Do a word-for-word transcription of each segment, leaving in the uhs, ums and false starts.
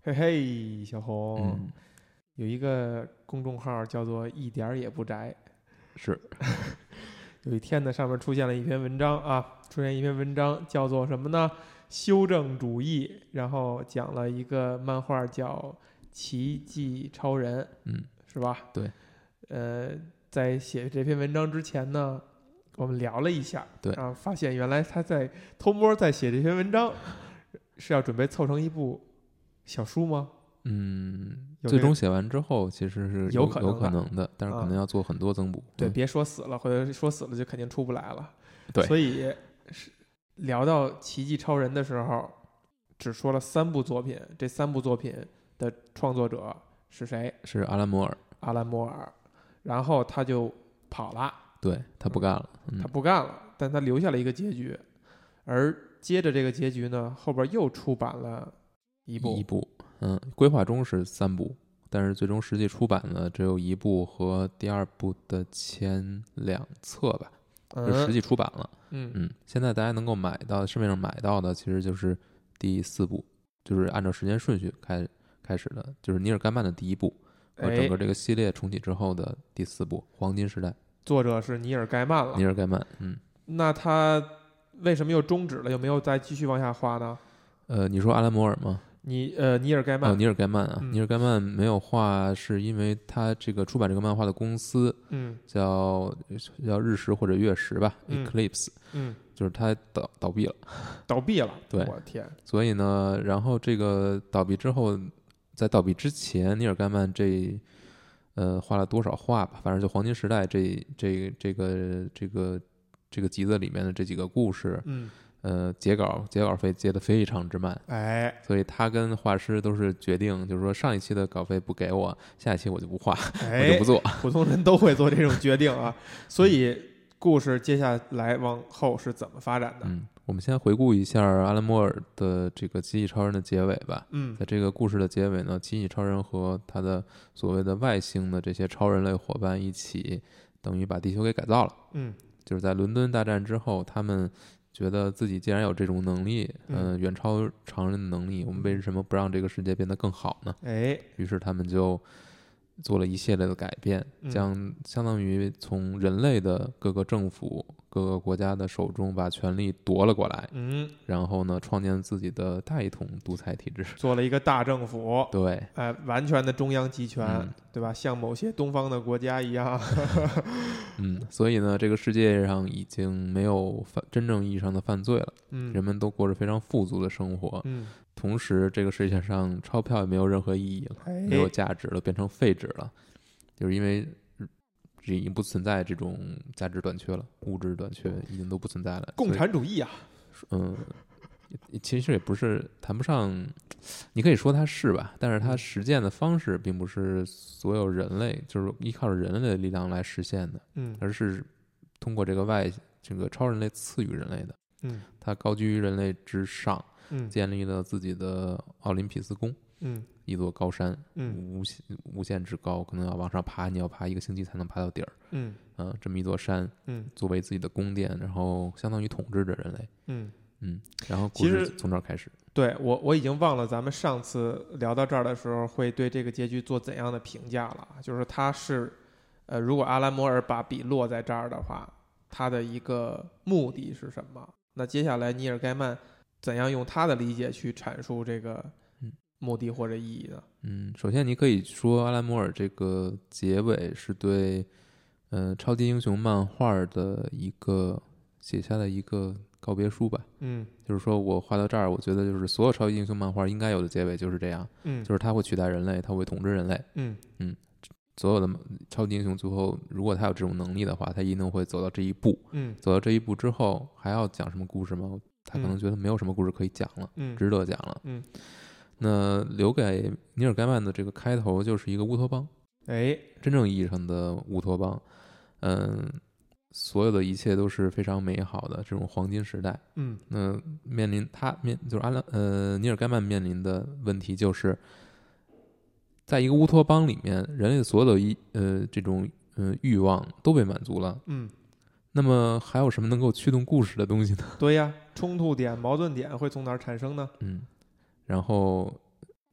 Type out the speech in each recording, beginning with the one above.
嘿嘿，小红， 嗯， 有一个公众号叫做一点儿也不宅。 是， 有一天呢，上面出现了一篇文章啊，出现一篇文章叫做什么呢？修正主义，然后讲了一个漫画叫《奇迹超人》， 嗯， 是吧？ 对。 呃，在写这篇文章之前呢，我们聊了一下， 对， 然后发现原来他在偷摸在写这篇文章，是要准备凑成一部小书吗？ 嗯， 有这最终写完之后，其实是有有可能的有可能的，但是可能要做很多增补。 对， 嗯别说死了，或者说死了就肯定出不来了。 对， 所以是聊到《奇迹超人》的时候，只说了三部作品，这三部作品的创作者是谁？ 是阿兰摩尔。 阿兰·摩尔。然后他就跑了， 对，他不干了。嗯他不干了，但他留下了一个结局。而接着这个结局呢，后边又出版了一部一部，嗯，规划中是三部，但是最终实际出版的只有一部和第二部的前两册吧，就实际出版了。 嗯嗯，现在大家能够买到市面上买到的，其实就是第四部，就是按照时间顺序开开始的，就是尼尔盖曼的第一部，和整个这个系列重启之后的第四部《黄金时代》。 作者是尼尔盖曼了。 尼尔盖曼，嗯， 那他为什么又终止了？有没有再继续往下画呢？ 呃，你说阿兰摩尔吗？ 尼呃尼尔盖曼， 哦，尼尔盖曼啊， 嗯尼尔盖曼没有画，是因为他这个出版这个漫画的公司嗯叫叫日食或者月食吧、 嗯 ，Eclipse， 嗯， 就是他倒倒闭了， 倒闭了。 对我天， 所以呢，然后这个倒闭之后，在倒闭之前，尼尔盖曼这呃画了多少画吧，反正就黄金时代这这这个这个这个集子里面的这几个故事， 嗯， 呃，截稿截稿费截得非常之慢。 哎所以他跟画师都是决定，就是说上一期的稿费不给我，下一期我就不画，我哎就不，做。 普通人都会做这种决定啊。所以故事接下来往后是怎么发展的？ 嗯，我们先回顾一下阿兰摩尔的这个《奇异超人》的结尾吧。 嗯在这个故事的结尾呢，奇异超人和他的所谓的外星的这些超人类伙伴一起，等于把地球给改造了。 嗯就是在伦敦大战之后，他们觉得自己既然有这种能力， 嗯呃，远超常人的能力，我们为什么不让这个世界变得更好呢？ 哎于是他们就做了一系列的改变， 嗯将相当于从人类的各个政府、各个国家的手中把权力夺了过来， 嗯， 然后呢，创建自己的大一统独裁体制。 做了一个大政府， 对， 哎，完全的中央集权， 嗯对吧？像某些东方的国家一样。 嗯，所以呢，这个世界上已经没有犯真正意义上的犯罪了， 嗯人们都过着非常富足的生活。 嗯， 同时，这个世界上钞票也没有任何意义了， 哎没有价值了，变成废纸了，就是因为这已经不存在这种价值短缺了，物质短缺已经都不存在了。 共所以， 产主义啊， 嗯，其实也不是谈不上，你可以说它是吧，但是它实践的方式并不是所有人类就是依靠着人类的力量来实现的， 嗯而是通过这个外这个超人类赐予人类的， 嗯它高居于人类之上， 嗯建立了自己的奥林匹斯宫。 嗯一座高山， 嗯无限无限之高，可能要往上爬，你要爬一个星期才能爬到底儿。 嗯嗯、这么一座山嗯作为自己的宫殿，然后相当于统治着人类。 嗯。 嗯，然后故其实事从这儿开始。 对我，我已经忘了咱们上次聊到这儿的时候，会对这个结局做怎样的评价了。就是他是，呃，如果阿兰摩尔把笔落在这儿的话，他的一个目的是什么？那接下来尼尔盖曼怎样用他的理解去阐述这个目的或者意义呢？ 嗯，首先你可以说阿兰摩尔这个结尾是对，呃，超级英雄漫画的一个写下的一个告别书吧。 嗯就是说我画到这儿，我觉得就是所有超级英雄漫画应该有的结尾就是这样， 嗯就是他会取代人类，他会统治人类。 嗯所有的超级英雄最后，如果他有这种能力的话，他一定会走到这一步。 嗯走到这一步之后，还要讲什么故事吗？他可能觉得没有什么故事可以讲了， 嗯值得讲了。 嗯， 那留给尼尔盖曼的这个开头就是一个乌托邦， 哎真正意义上的乌托邦。嗯，所有的一切都是非常美好的这种黄金时代。 嗯那面临他面就是阿兰呃尼尔盖曼面临的问题就是，在一个乌托邦里面，人类的所有的一呃这种呃欲望都被满足了。 嗯， 那么还有什么能够驱动故事的东西呢？ 对呀，冲突点、矛盾点会从哪儿产生呢？ 嗯，然后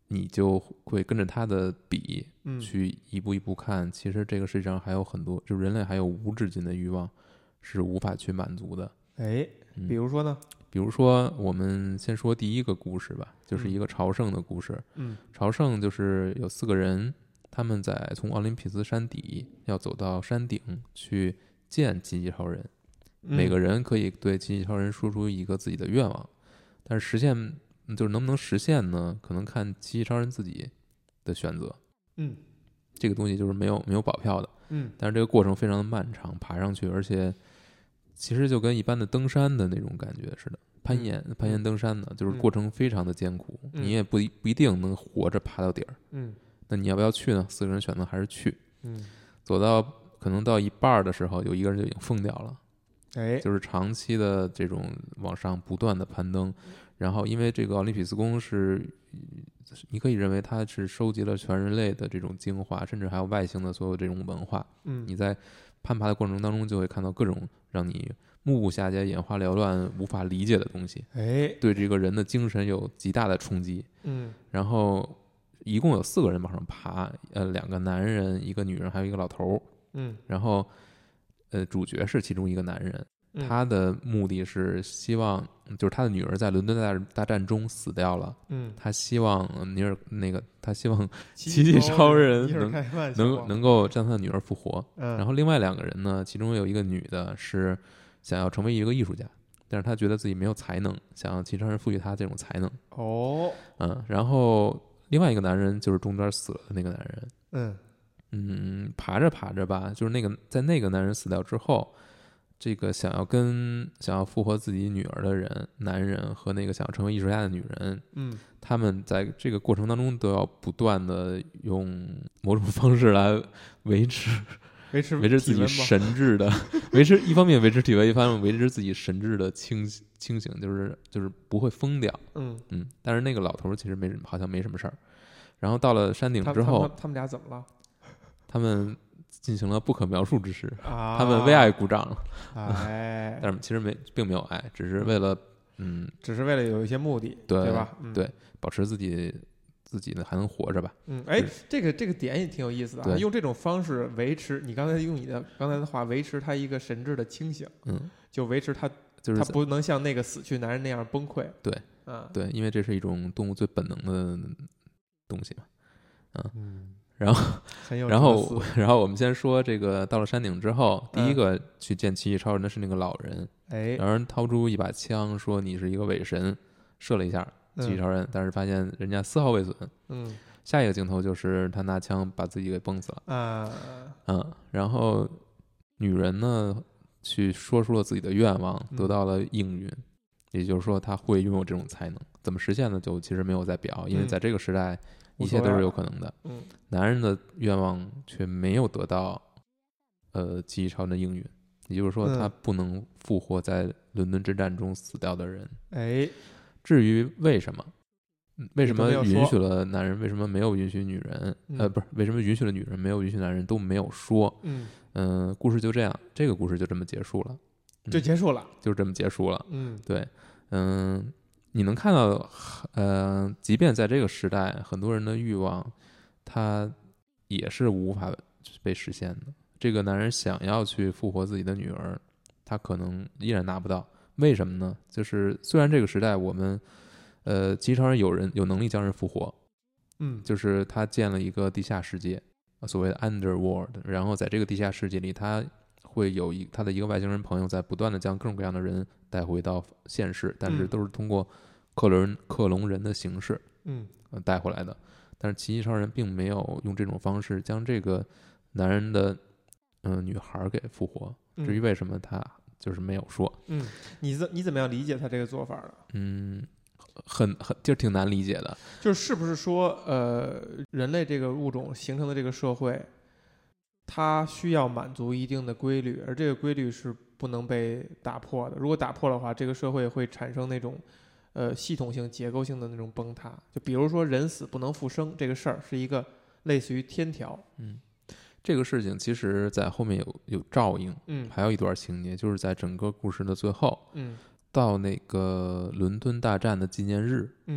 你就会跟着他的笔嗯去一步一步看，其实这个世界上还有很多，就是人类还有无止境的欲望是无法去满足的。 哎， 嗯比如说呢？ 比如说，我们先说第一个故事吧，就是一个朝圣的故事。 嗯朝圣就是有四个人，他们在从奥林匹斯山底要走到山顶去见奇迹超人。每个人可以对奇迹超人说出一个自己的愿望，但是实现就是能不能实现呢？可能看奇迹超人自己的选择。 嗯， 这个东西就是没有没有保票的。 嗯， 但是这个过程非常的漫长，爬上去，而且其实就跟一般的登山的那种感觉似的，攀岩、 嗯、 攀岩登山的，就是过程非常的艰苦， 嗯、 你也不不一定能活着爬到底儿。 嗯， 那你要不要去呢？四个人选择还是去。 嗯， 走到可能到一半的时候，有一个人就已经疯掉了。 哎， 就是长期的这种往上不断的攀登，然后因为这个奥林匹斯宫是，你可以认为它是收集了全人类的这种精华，甚至还有外星的所有这种文化。 嗯， 你在攀爬的过程当中就会看到各种让你目不暇接、眼花缭乱、无法理解的东西， 哎， 对这个人的精神有极大的冲击。 嗯， 然后一共有四个人往上爬，呃，两个男人，一个女人，还有一个老头。 嗯， 然后。呃，主角是其中一个男人， 嗯、 他的目的是希望，就是他的女儿在伦敦大大战中死掉了， 嗯， 他希望尼尔那个，他希望奇迹超人能能能够让他的女儿复活。 嗯， 然后另外两个人呢，其中有一个女的是想要成为一个艺术家，但是她觉得自己没有才能，想要奇超人赋予她这种才能。 哦， 嗯，然后另外一个男人就是中间死了的那个男人。 嗯。 嗯，爬着爬着吧，就是那个在那个男人死掉之后，这个想要跟想要复活自己女儿的人，男人和那个想要成为艺术家的女人， 嗯， 他们在这个过程当中都要不断的用某种方式来维持维持维持自己神智的维持，一方面维持体温，一方面维持自己神智的清清醒，就是就是不会疯掉。 嗯嗯，但是那个老头其实没好像没什么事儿。然后到了山顶之后， 他 他, 他们俩怎么了？ 他们进行了不可描述之事， 啊、 他们为爱鼓掌了， 哎， 但是其实没并没有爱，只是为了嗯， 只是为了有一些目的， 对对吧？嗯、 对，保持自己自己的还能活着吧。 嗯，哎，这个这个点也挺有意思的啊，用这种方式维持你刚才用你的刚才的话维持他一个神智的清醒， 嗯， 就维持他就是他不能像那个死去男人那样崩溃。 对， 啊， 对，因为这是一种动物最本能的东西嘛，嗯。 嗯， 然后，然后，然后我们先说这个，到了山顶之后，第一个去见奇迹超人的是那个老人。 哎， 老人掏出一把枪，说：“你是一个伪神。”射了一下奇迹超人， 嗯、 但是发现人家丝毫未损。 嗯， 下一个镜头就是他拿枪把自己给崩死了。 啊， 嗯，然后女人呢，去说出了自己的愿望，得到了应允，嗯、也就是说，他会拥有这种才能。怎么实现呢？就其实没有在表，因为在这个时代。嗯一切都是有可能的。 嗯， 男人的愿望却没有得到，呃，奇迹超人的应允，也就是说，他不能复活在伦敦之战中死掉的人。 哎， 至于为什么，为什么允许了男人，为什么没有允许女人？ 嗯、 呃，不是，为什么允许了女人，没有允许男人，都没有说。 嗯， 呃，故事就这样，这个故事就这么结束了， 嗯、就结束了， 就这么结束了。 嗯， 对，嗯、呃。你能看到，呃，即便在这个时代，很多人的欲望，他也是无法被实现的。这个男人想要去复活自己的女儿，他可能依然拿不到。为什么呢？就是虽然这个时代我们，呃，奇迹超人有人有能力将人复活， 嗯， 就是他建了一个地下世界，所谓的 Underworld， 然后在这个地下世界里，他会有一他的一个外星人朋友在不断的将各种各样的人带回到现世，但是都是通过克隆克隆人的形式， 嗯， 带回来的。但是奇迹超人并没有用这种方式将这个男人的嗯、呃、女孩给复活。至于为什么，他就是没有说。 嗯，你怎你怎么样理解他这个做法的？ 嗯，很很就挺难理解的。 就是是不是说呃，人类这个物种形成的这个社会，它需要满足一定的规律，而这个规律是不能被打破的。如果打破的话，这个社会会产生那种呃系统性、结构性的那种崩塌。就比如说人死不能复生这个事儿，是一个类似于天条。 嗯，这个事情其实在后面有有照应。 嗯， 还有一段情节，就是在整个故事的最后， 嗯， 到那个伦敦大战的纪念日， 嗯，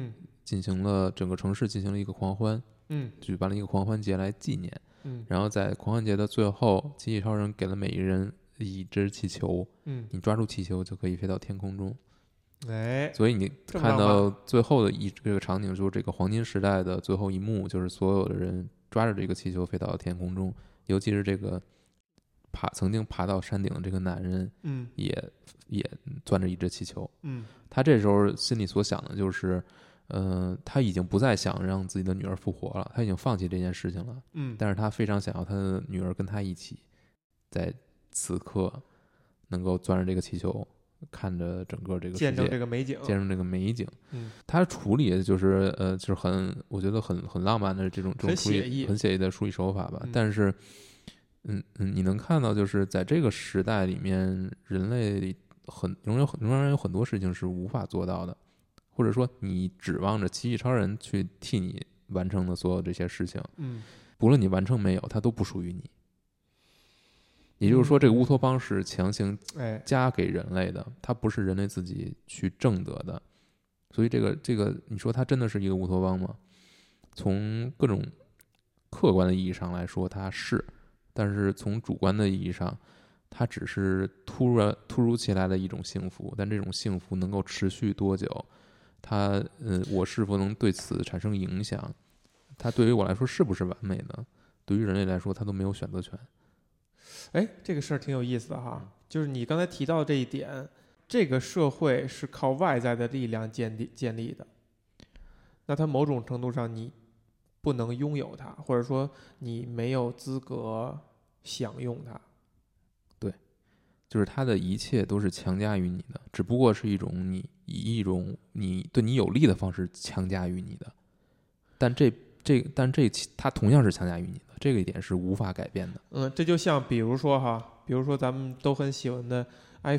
进行了整个城市进行了一个狂欢， 嗯举办了一个狂欢节来纪念。 嗯然后在狂欢节的最后，机器超人给了每一人一只气球， 嗯， 你抓住气球就可以飞到天空中。 哎， 所以你看到最后的一这个场景，就是这个黄金时代的最后一幕，就是所有的人抓着这个气球飞到天空中，尤其是这个爬曾经爬到山顶的这个男人， 嗯也也攥着一只气球。 嗯， 他这时候心里所想的就是，呃，他已经不再想让自己的女儿复活了，他已经放弃这件事情了。 嗯， 但是他非常想要他的女儿跟他一起，在此刻能够钻着这个气球，看着整个这个世界， 见证这个美景， 见证这个美景。 嗯， 他处理的就是呃，就是很，我觉得很很浪漫的这种这种处理， 很写意很写意的处理手法吧。 嗯但是，嗯嗯，你能看到，就是在这个时代里面，人类很仍有仍然有很多事情是无法做到的，或者说你指望着奇异超人去替你完成的所有这些事情， 嗯， 不论你完成没有，它都不属于你。也就是说，这个乌托邦是强行哎， 加给人类的，它不是人类自己去挣得的。所以这个这个，你说它真的是一个乌托邦吗？从各种客观的意义上来说，它是；但是从主观的意义上，它只是突然突如其来的一种幸福。但这种幸福能够持续多久？它，呃，我是否能对此产生影响？它对于我来说是不是完美呢？对于人类来说，它都没有选择权。 哎，这个事儿挺有意思的哈，就是你刚才提到这一点，这个社会是靠外在的力量建立建立的，那它某种程度上你不能拥有它，或者说你没有资格享用它。 对，就是它的一切都是强加于你的，只不过是一种你以一种你对你有利的方式强加于你的，但这这但这它同样是强加于你的。这个一点是无法改变的。 嗯，这就像比如说哈，比如说咱们都很喜欢的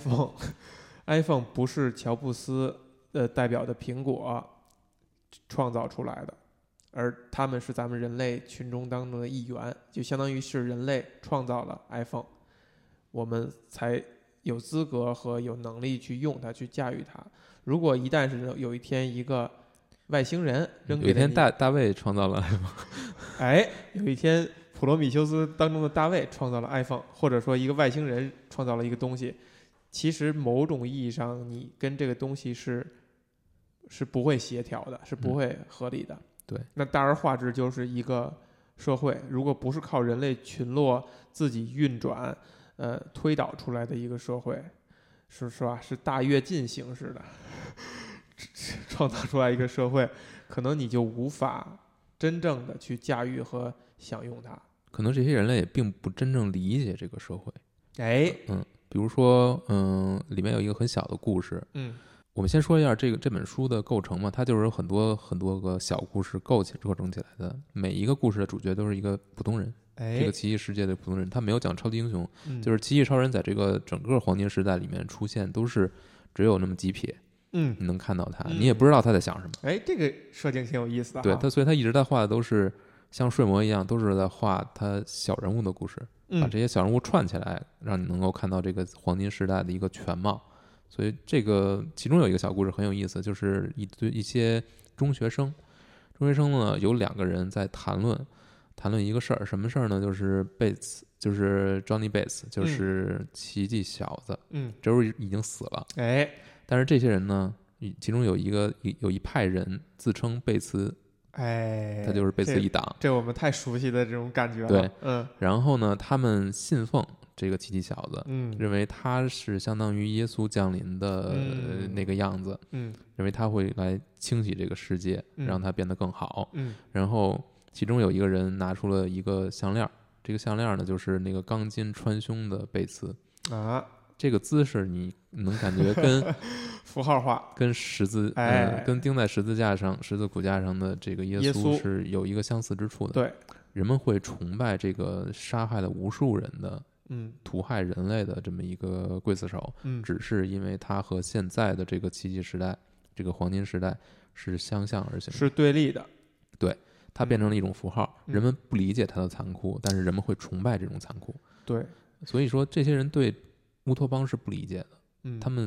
iPhone，iPhone 不是乔布斯呃代表的苹果创造出来的，而他们是咱们人类群众当中的一员，就相当于是人类创造了 iPhone， 我们才有资格和有能力去用它，去驾驭它。如果一旦是有一天一个外星人扔给有一天大大卫创造了 iPhone， 哎，有一天普罗米修斯当中的大卫创造了 iPhone， 或者说一个外星人创造了一个东西，其实某种意义上你跟这个东西是是不会协调的，是不会合理的。 嗯、对， 那大而化之就是一个社会，如果不是靠人类群落自己运转，呃，推导出来的一个社会，是是吧？是大跃进形式的。创造出来一个社会，可能你就无法真正的去驾驭和享用它。 可能这些人类也并不真正理解这个社会。 哎， 嗯，比如说，嗯，里面有一个很小的故事。 嗯， 我们先说一下这个这本书的构成嘛，它就是有很多很多个小故事构起构成起来的，每一个故事的主角都是一个普通人。 哎， 这个奇异世界的普通人，他没有讲超级英雄， 嗯、 就是奇异超人在这个整个黄金时代里面出现，都是只有那么几撇。 嗯， 你能看到他， 嗯、 你也不知道他在想什么。 哎，这个设定挺有意思的。 对他，所以他一直在画的都是像睡魔一样，都是在画他小人物的故事， 嗯、 把这些小人物串起来，让你能够看到这个黄金时代的一个全貌。所以这个其中有一个小故事很有意思，就是一堆一些中学生，中学生呢有两个人在谈论谈论一个事儿，什么事儿呢？就是贝斯，就是 Johnny Bates， 就是奇迹小子， 嗯， 这时候已经死了。 哎。 但是这些人呢，其中有一个有一派人自称贝茨， 哎， 他就是贝茨一党， 这, 这我们太熟悉的这种感觉了。 对， 嗯。 然后呢，他们信奉这个奇迹小子， 嗯， 认为他是相当于耶稣降临的那个样子， 嗯， 认为他会来清洗这个世界， 嗯、 让它变得更好。 嗯， 然后其中有一个人拿出了一个项链，这个项链呢，就是那个钢筋穿胸的贝茨啊。 这个姿势你能感觉跟符号化， 跟十字， 哎、 呃，跟钉在十字架上、十字骨架上的这个耶稣是有一个相似之处的。 对， 人们会崇拜这个杀害了无数人的、 嗯， 屠害人类的这么一个刽子手， 嗯， 只是因为他和现在的这个奇迹时代、这个黄金时代是相向而行的， 是对立的。 对，它变成了一种符号， 嗯、 人们不理解它的残酷，但是人们会崇拜这种残酷。 对， 所以说这些人对乌托邦是不理解的， 嗯， 他们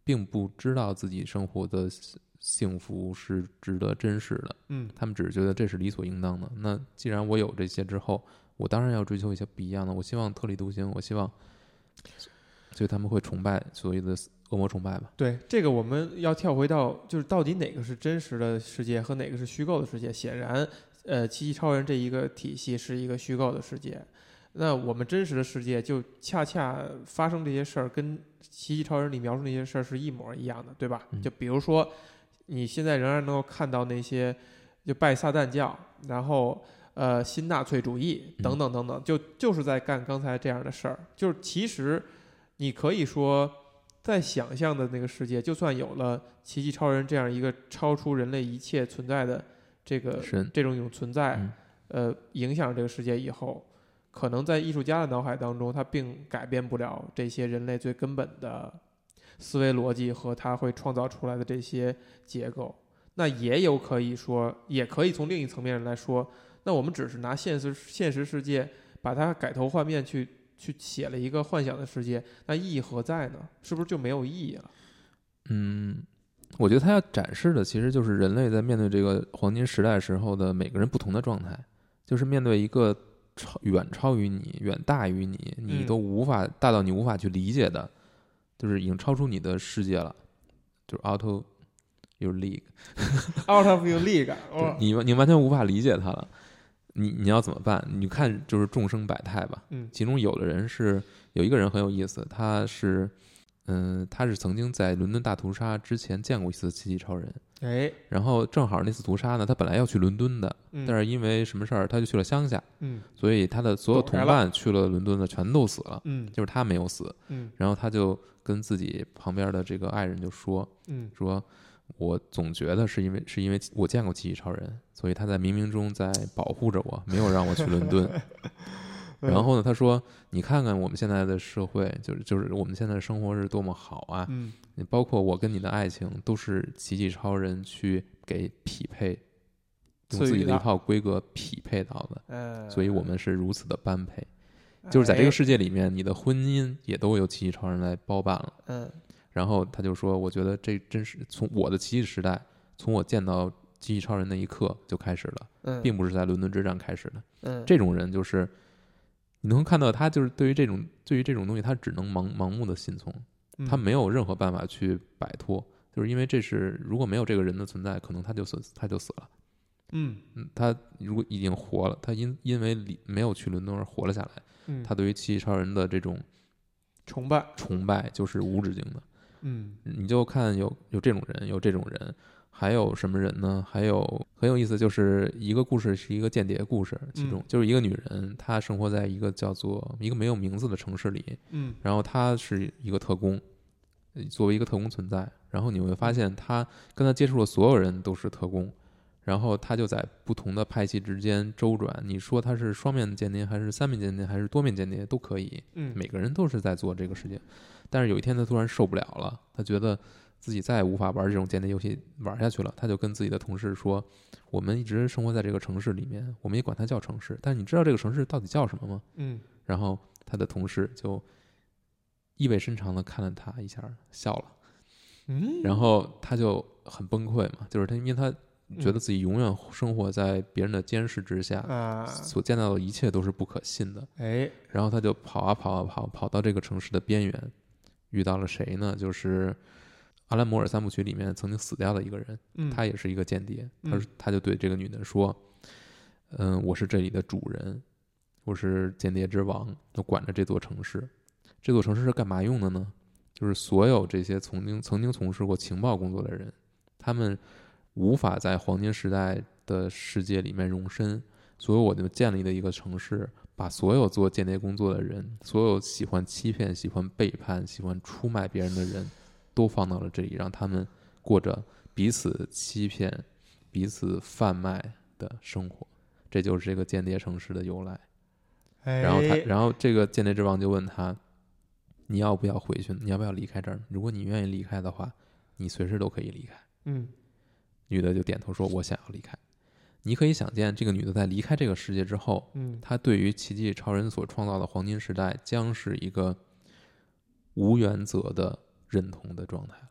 并不知道自己生活的幸福是值得珍视的， 嗯， 他们只是觉得这是理所应当的。那既然我有这些之后，我当然要追求一些不一样的，我希望特立独行，我希望，所以他们会崇拜所谓的恶魔崇拜吧。 对，这个我们要跳回到就是到底哪个是真实的世界和哪个是虚构的世界。显然呃，奇迹超人这一个体系是一个虚构的世界，那我们真实的世界就恰恰发生这些事儿跟奇迹超人里描述那些事儿是一模一样的，对吧？ 嗯、 就比如说你现在仍然能够看到那些就拜撒旦教，然后呃新纳粹主义等等等等，就就是在干刚才这样的事儿。就是其实你可以说在想象的那个世界，就算有了奇迹超人这样一个超出人类一切存在的这个这种一种存在、 嗯、 呃影响这个世界以后，可能在艺术家的脑海当中，他并改变不了这些人类最根本的思维逻辑和他会创造出来的这些结构。那也有可以说，也可以从另一层面来说，那我们只是拿现实现实世界把它改头换面去去写了一个幻想的世界，那意义何在呢？是不是就没有意义了？ 嗯，我觉得他要展示的其实就是人类在面对这个黄金时代时候的每个人不同的状态，就是面对一个超远超于你、远大于你，你都无法、嗯、大到你无法去理解的，就是已经超出你的世界了，就是 out of your league，out of your league， 你你完全无法理解它了。你你要怎么办？你看，就是众生百态吧。 嗯， 其中有的人是有一个人很有意思，他是嗯、呃，他是曾经在伦敦大屠杀之前见过一次奇迹超人。 哎， 然后正好那次屠杀呢，他本来要去伦敦的， 嗯、 但是因为什么事儿，他就去了乡下。 嗯， 所以他的所有同伴去了伦敦的全都死了。 嗯， 就是他没有死。 嗯， 然后他就跟自己旁边的这个爱人就说， 嗯， 说。我总觉得是因为是因为我见过奇迹超人，所以他在冥冥中在保护着我，没有让我去伦敦。然后呢，他说：“你看看我们现在的社会，就是就是我们现在的生活是多么好啊！ 嗯， 包括我跟你的爱情，都是奇迹超人去给匹配，用自己的一套规格匹配到的。 嗯， 所以我们是如此的般配。就是在这个世界里面，你的婚姻也都由奇迹超人来包办了。 嗯。” 然后他就说：“我觉得这真是从我的奇迹时代，从我见到奇迹超人那一刻就开始了， 嗯， 并不是在伦敦之战开始的。 嗯， 这种人就是你能看到他就是对于这种对于这种东西，他只能盲盲目的信从，他没有任何办法去摆脱，就是因为这是如果没有这个人的存在，可能他就死他就死了。 嗯嗯，他如果已经活了，他因因为没有去伦敦而活了下来， 嗯， 他对于奇迹超人的这种崇拜崇拜就是无止境的。” 嗯， 你就看有有这种人，有这种人，还有什么人呢？还有很有意思，就是一个故事是一个间谍故事，其中、嗯、就是一个女人，她生活在一个叫做一个没有名字的城市里， 嗯， 然后她是一个特工，作为一个特工存在，然后你会发现她跟她接触的所有人都是特工，然后她就在不同的派系之间周转。你说她是双面间谍，还是三面间谍，还是多面间谍都可以， 嗯， 每个人都是在做这个事情。但是有一天他突然受不了了，他觉得自己再也无法玩这种间谍游戏玩下去了，他就跟自己的同事说：“我们一直生活在这个城市里面，我们也管它叫城市，但是你知道这个城市到底叫什么吗？” 嗯， 然后他的同事就意味深长地看了他一下，笑了。 嗯， 然后他就很崩溃嘛，就是他因为他觉得自己永远生活在别人的监视之下， 啊， 所见到的一切都是不可信的。 哎， 然后他就跑啊跑啊跑，跑到这个城市的边缘。遇到了谁呢？就是阿兰摩尔三部曲里面曾经死掉的一个人， 嗯、 他也是一个间谍。他嗯、 他就对这个女的说：“嗯，我是这里的主人，我是间谍之王，我管着这座城市。这座城市是干嘛用的呢？就是所有这些曾经曾经从事过情报工作的人，他们无法在黄金时代的世界里面容身，所以我就建立了一个城市。”把所有做间谍工作的人，所有喜欢欺骗、喜欢背叛、喜欢出卖别人的人，都放到了这里，让他们过着彼此欺骗、彼此贩卖的生活。这就是这个间谍城市的由来。 哎、 然后他，然后这个间谍之王就问他：“你要不要回去？你要不要离开这儿？如果你愿意离开的话，你随时都可以离开。” 嗯， 女的就点头说：“我想要离开。”你可以想见，这个女的在离开这个世界之后， 嗯， 她对于奇迹超人所创造的黄金时代将是一个无原则的认同的状态。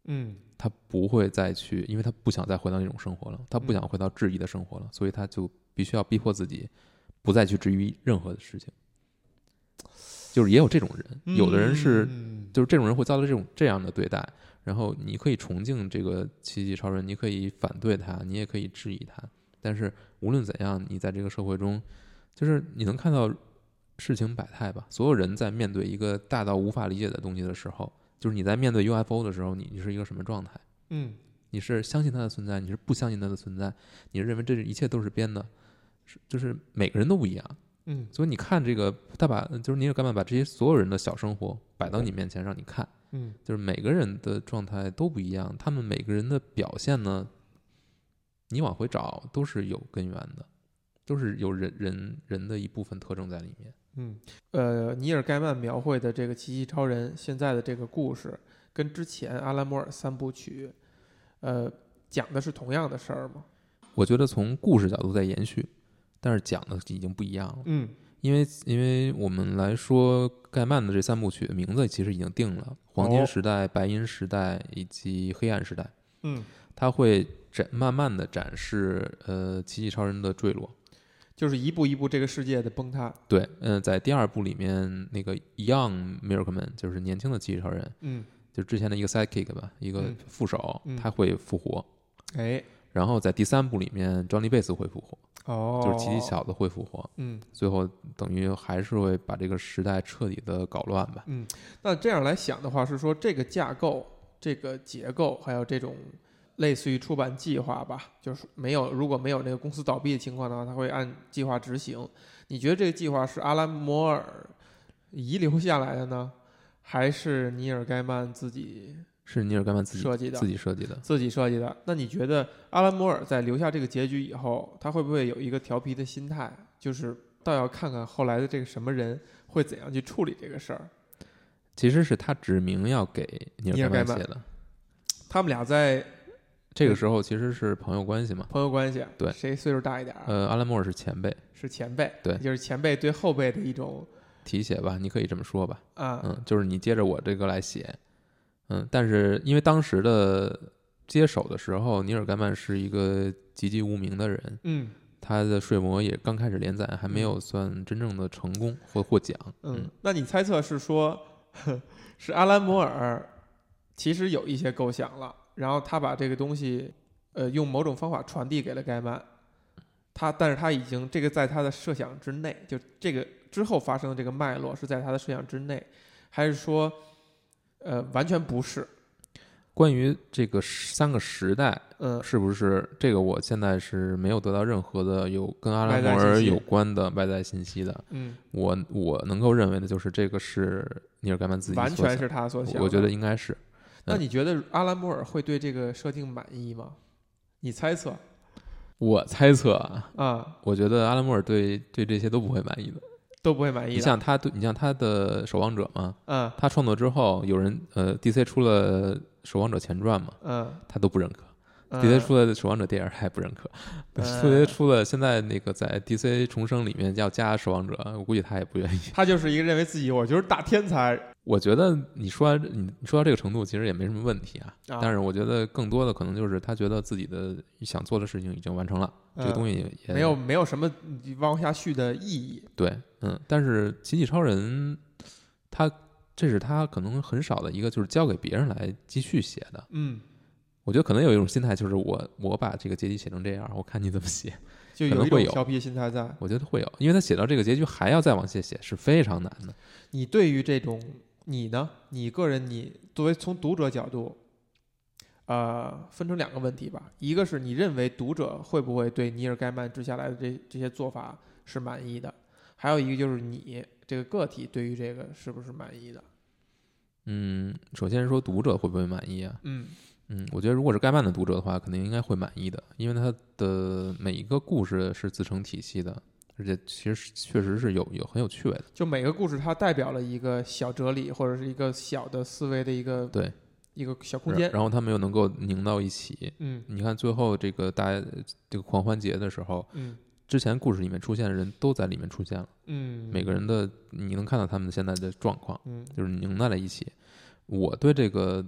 嗯， 他不会再去，因为他不想再回到那种生活了，他不想回到质疑的生活了，所以他就必须要逼迫自己不再去质疑任何的事情。就是也有这种人，有的人是，就是这种人会遭到这种这样的对待，然后你可以崇敬这个奇迹超人，你可以反对他，你也可以质疑他，但是无论怎样，你在这个社会中，就是你能看到事情百态吧。所有人在面对一个大到无法理解的东西的时候，就是你在面对 U F O 的时候，你你是一个什么状态？ 嗯， 你是相信它的存在，你是不相信它的存在，你是认为这一切都是编的，是就是每个人都不一样。 嗯， 所以你看这个，他把就是尼尔盖曼把这些所有人的小生活摆到你面前让你看， 嗯， 就是每个人的状态都不一样，他们每个人的表现呢，你往回找都是有根源的，都是有人人人的一部分特征在里面。 嗯，呃，尼尔盖曼描绘的这个奇迹超人现在的这个故事，跟之前阿兰摩尔三部曲，呃，讲的是同样的事儿吗？ 我觉得从故事角度在延续。但是讲的已经不一样了， 嗯， 因为因为我们来说盖曼的这三部曲的名字其实已经定了，黄金时代、白银时代以及黑暗时代， 嗯， 它会展慢慢的展示呃奇迹超人的坠落， 就是一步一步这个世界的崩塌。 对，嗯、呃，在第二部里面那个 Young Miracleman 就是年轻的奇迹超人， 嗯， 就之前的一个 sidekick 吧，一个副手， 嗯、 他会复活， 哎， 然后在第三部里面 Johnny Bates 会复活。 哦， 就是奇迹小子会复活， 嗯， 最后等于还是会把这个时代彻底的搞乱吧。 嗯，那这样来想的话，是说这个架构、这个结构，还有这种类似于出版计划吧，就是没有如果没有那个公司倒闭的情况的话，它会按计划执行。你觉得这个计划是阿兰摩尔遗留下来的呢，还是尼尔盖曼自己？ 是尼尔盖曼自己设计的， 自己设计的， 自己设计的。那你觉得阿兰摩尔在留下这个结局以后，他会不会有一个调皮的心态，就是倒要看看后来的这个什么人会怎样去处理这个事儿？ 其实是他指明要给尼尔盖曼写的， 他们俩在这个时候其实是朋友关系嘛， 朋友关系。 对， 谁岁数大一点？ 呃，阿兰摩尔是前辈， 是前辈， 对， 就是前辈对后辈的一种提携吧，你可以这么说吧。 啊， 嗯，就是你接着我这个来写。嗯，但是因为当时的接手的时候，尼尔盖曼是一个籍籍无名的人， 嗯， 他的睡魔也刚开始连载，还没有算真正的成功或获奖。 嗯，嗯，那你猜测是说，是阿兰摩尔其实有一些构想了，然后他把这个东西，呃，用某种方法传递给了盖曼，他，但是他已经这个在他的设想之内，就这个之后发生的这个脉络是在他的设想之内，还是说？呃，完全不是。 关于这个三个时代， 嗯， 是不是这个？我现在是没有得到任何的有跟阿兰摩尔有关的外在信息的。 嗯， 我我能够认为的就是这个是尼尔盖曼自己完全是他所想的。 我觉得应该是。 那你觉得阿兰摩尔会对这个设定满意吗？你猜测？ 我猜测啊， 啊， 我觉得阿兰摩尔对对这些都不会满意的。 都不会满意的。 你像他对，你像他的《守望者》嘛， 嗯， 他创作之后，有人呃 ，D C 出了《守望者前传》嘛， 嗯， 他都不认可。 嗯、 D C 出了《守望者》电影，他也不认可。 嗯、 D C 出了现在那个在 D C 重生里面要加《守望者》，我估计他也不愿意。 他就是一个认为自己我就是大天才。 我觉得你说你你说到这个程度，其实也没什么问题啊。 啊但是我觉得更多的可能就是他觉得自己的想做的事情已经完成了， 嗯、 这个东西也没有没有什么往下续的意义。 对，嗯，但是奇迹超人，他这是他可能很少的一个，就是交给别人来继续写的。 嗯， 我觉得可能有一种心态，就是我我把这个结局写成这样，我看你怎么写， 就有一种调皮心态在。 我觉得会有，因为他写到这个结局还要再往下写，是非常难的。 你对于这种你呢？你个人，你作为从读者角度，呃，分成两个问题吧。一个是你认为读者会不会对尼尔盖曼治下来的这这些做法是满意的，还有一个就是你这个个体对于这个是不是满意的？ 嗯，首先说读者会不会满意啊？ 嗯嗯，我觉得如果是盖曼的读者的话，肯定应该会满意的，因为他的每一个故事是自成体系的。而且其实确实是有有很有趣味的， 就每个故事它代表了一个小哲理或者是一个小的思维的一个对一个小空间， 然后他们又能够拧到一起。 嗯， 你看最后这个大家这个狂欢节的时候， 嗯， 之前故事里面出现的人都在里面出现了， 嗯， 每个人的你能看到他们现在的状况， 嗯， 就是拧在了一起。我对这个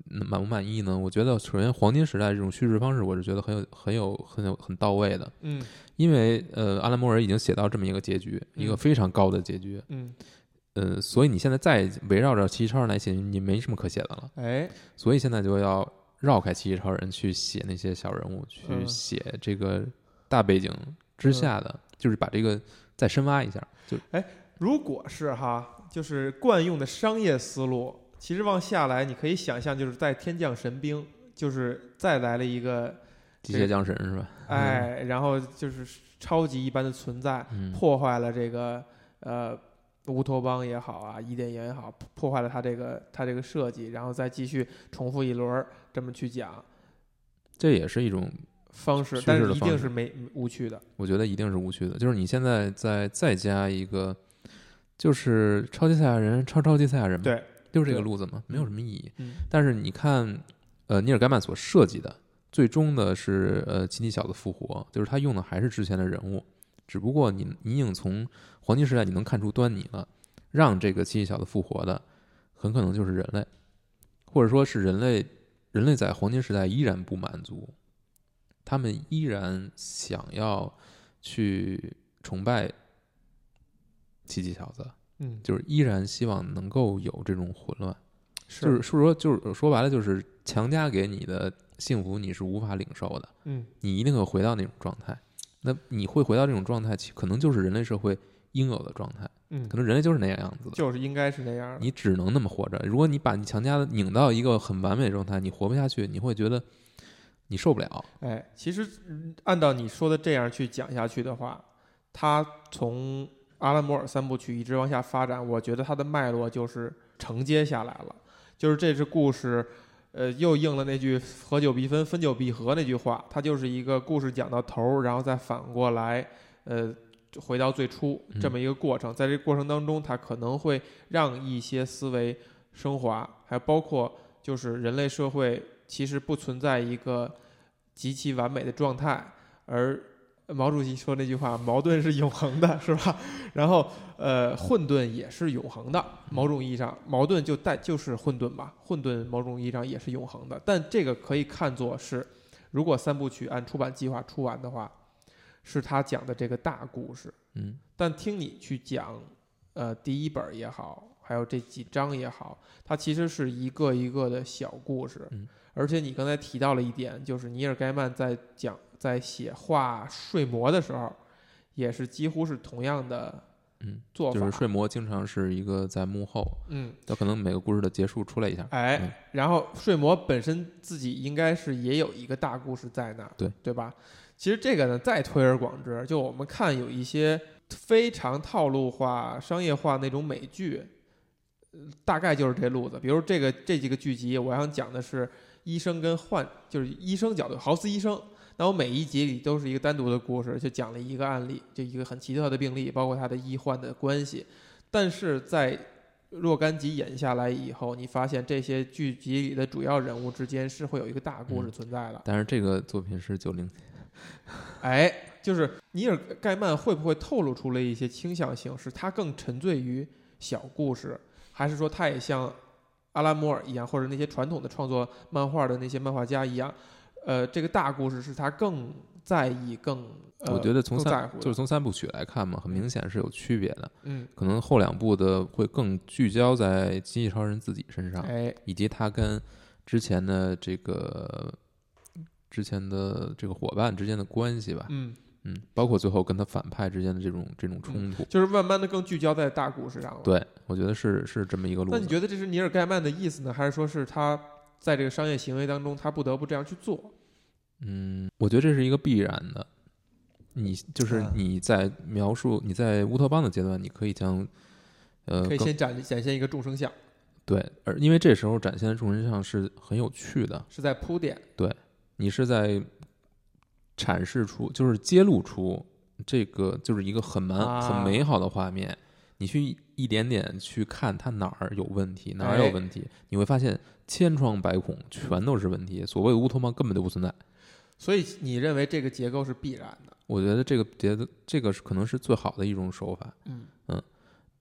满不满意呢？我觉得首先黄金时代这种叙事方式，我是觉得很有很有很有很到位的。 嗯， 因为呃，阿兰摩尔已经写到这么一个结局， 嗯、 一个非常高的结局。 嗯， 呃，所以你现在再围绕着奇迹超人来写，你没什么可写的了。 哎， 所以现在就要绕开奇迹超人去写那些小人物，去嗯写这个大背景之下的，嗯、就是把这个再深挖一下。就哎，如果是哈。就是惯用的商业思路，其实往下来，你可以想象，就是在天降神兵，就是再来了一个机械降神是吧？ 哎，然后就是超级一般的存在， 嗯、 破坏了这个呃乌托邦也好啊，伊甸园也好，破坏了他这个他这个设计，然后再继续重复一轮这么去讲， 这也是一种方式，但是一定是没无趣的。 我觉得一定是无趣的，就是你现在再再加一个。就是超级赛亚人，超超级赛亚人嘛， 对， 就是这个路子嘛，没有什么意义。 嗯、 但是你看，呃，尼尔盖曼所设计的，最终的是呃奇迹小子复活，就是他用的还是之前的人物，只不过你你已经从黄金时代你能看出端倪了，让这个奇迹小子复活的，很可能就是人类，或者说是人类，人类在黄金时代依然不满足，他们依然想要去崇拜奇迹小子， 嗯， 就是依然希望能够有这种混乱， 是就是说，就是说白了，就是强加给你的幸福，你是无法领受的， 嗯， 你一定会回到那种状态。那你会回到这种状态，可能就是人类社会应有的状态， 嗯， 可能人类就是那样子的， 就是应该是那样的。 你只能那么活着。如果你把你强加的拧到一个很完美的状态，你活不下去，你会觉得你受不了。 哎，其实按照你说的这样去讲下去的话，他从阿兰摩尔三部曲一直往下发展，我觉得它的脉络就是承接下来了，就是这是故事，呃，又应了那句合久必分，分久必合那句话，它就是一个故事讲到头，然后再反过来，呃，回到最初这么一个过程。在这个过程当中，它可能会让一些思维升华，还包括就是人类社会其实不存在一个极其完美的状态，而毛主席说那句话，矛盾是永恒的，是吧？然后，呃，混沌也是永恒的。某种意义上，矛盾就带就是混沌吧，混沌某种意义上也是永恒的。但这个可以看作是，如果三部曲按出版计划出完的话，是他讲的这个大故事。 嗯。 但听你去讲，呃，第一本也好，还有这几章也好，它其实是一个一个的小故事。 嗯。 而且你刚才提到了一点，就是尼尔盖曼在讲。在写画睡魔的时候，也是几乎是同样的做法。 嗯，就是睡魔经常是一个在幕后， 嗯， 它可能每个故事的结束出来一下， 哎， 嗯、 然后睡魔本身自己应该是也有一个大故事在那儿， 对对吧？其实这个呢，再推而广之，就我们看有一些非常套路化、商业化那种美剧，大概就是这路子。比如这个这几个剧集，我想讲的是医生跟患，就是医生角度，豪斯医生。那我每一集里都是一个单独的故事，就讲了一个案例，就一个很奇特的病例，包括它的医患的关系。但是在若干集演下来以后，你发现这些剧集里的主要人物之间是会有一个大故事存在的。 嗯、但是这个作品是九零年， 哎，就是尼尔盖曼会不会透露出了一些倾向性，是他更沉醉于小故事，还是说他也像阿拉摩尔一样，或者那些传统的创作漫画的那些漫画家一样？呃，这个大故事是他更在意、更呃， 我觉得从三就是从三部曲来看嘛，很明显是有区别的。 嗯， 可能后两部的会更聚焦在机器超人自己身上， 哎， 以及他跟之前的这个之前的这个伙伴之间的关系吧。 嗯嗯，包括最后跟他反派之间的这种这种冲突， 嗯、就是慢慢的更聚焦在大故事上了。 对，我觉得是是这么一个路子。 那你觉得这是尼尔盖曼的意思呢，还是说是他在这个商业行为当中，他不得不这样去做？ 嗯，我觉得这是一个必然的。你就是你在描述你在乌托邦的阶段，你可以将呃可以先展展现一个众生相， 对，而因为这时候展现的众生相是很有趣的， 是在铺垫， 对，你是在阐释出，就是揭露出这个就是一个很蛮、 啊、 很美好的画面，你去一点点去看它哪儿有问题，哪儿有问题， 哎、 你会发现千疮百孔，全都是问题。所谓的乌托邦根本就不存在。 所以你认为这个结构是必然的？ 我觉得这个结构，这个是可能是最好的一种手法。 嗯嗯，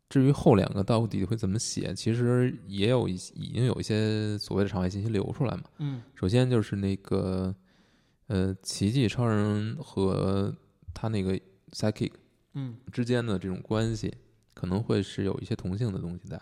至于后两个到底会怎么写，其实也有一已经有一些所谓的场外信息流出来嘛。 嗯， 首先就是那个呃，奇迹超人和他那个 Psychic 嗯之间的这种关系，可能会是有一些同性的东西在。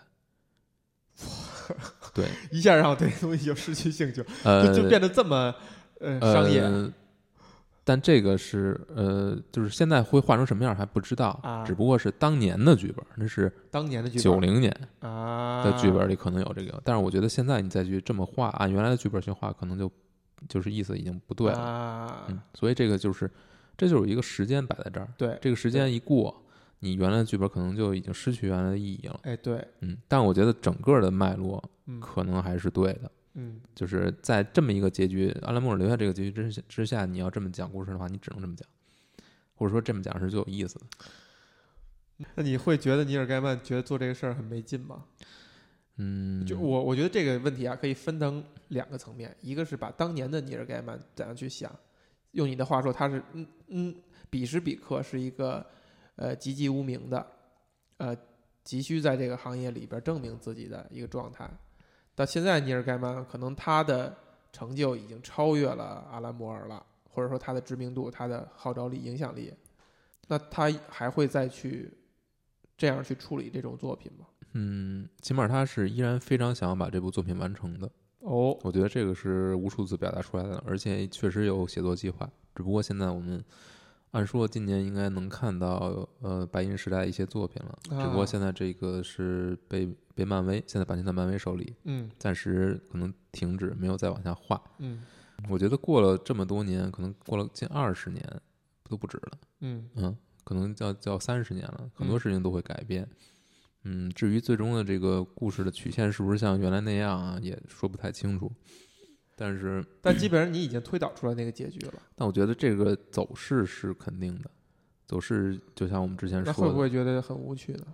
对， 一下让我对这东西就失去兴趣， 呃， 就就变得这么呃商业。 呃但这个是呃，就是现在会画成什么样还不知道， 啊只不过是当年的剧本，那是当年的剧本九零年啊的剧本里可能有这个，但是我觉得现在你再去这么画，按原来的剧本去画，可能就就是意思已经不对了。 啊， 嗯，所以这个就是这就是有一个时间摆在这儿， 对， 这个时间一过，你原来的剧本可能就已经失去原来的意义了。 哎对， 嗯，但我觉得整个的脉络嗯可能还是对的。 嗯就是在这么一个结局，阿兰莫尔留下这个结局之之下，你要这么讲故事的话，你只能这么讲，或者说这么讲是最有意思的。 那你会觉得尼尔盖曼觉得做这个事儿很没劲吗？ 嗯， 就我我觉得这个问题啊，可以分成两个层面，一个是把当年的尼尔盖曼怎样去想，用你的话说，他是嗯嗯，彼时彼刻是一个呃籍籍无名的，呃急需在这个行业里边证明自己的一个状态。到现在，尼尔盖曼可能他的成就已经超越了阿兰摩尔了，或者说他的知名度、他的号召力、影响力，那他还会再去这样去处理这种作品吗？ 嗯，起码他是依然非常想要把这部作品完成的。 哦， 我觉得这个是无数次表达出来的，而且确实有写作计划。只不过现在我们按说今年应该能看到呃白银时代一些作品了， 啊只不过现在这个是被被漫威现在版权在漫威手里， 嗯暂时可能停止，没有再往下画。 嗯我觉得过了这么多年，可能过了近二十年都不止了， 嗯嗯，可能叫叫三十年了，很多事情都会改变。嗯，至于最终的这个故事的曲线是不是像原来那样啊，也说不太清楚。但是， 但基本上你已经推导出来那个结局了。 但我觉得这个走势是肯定的，走势就像我们之前说的， 那会不会觉得很无趣呢？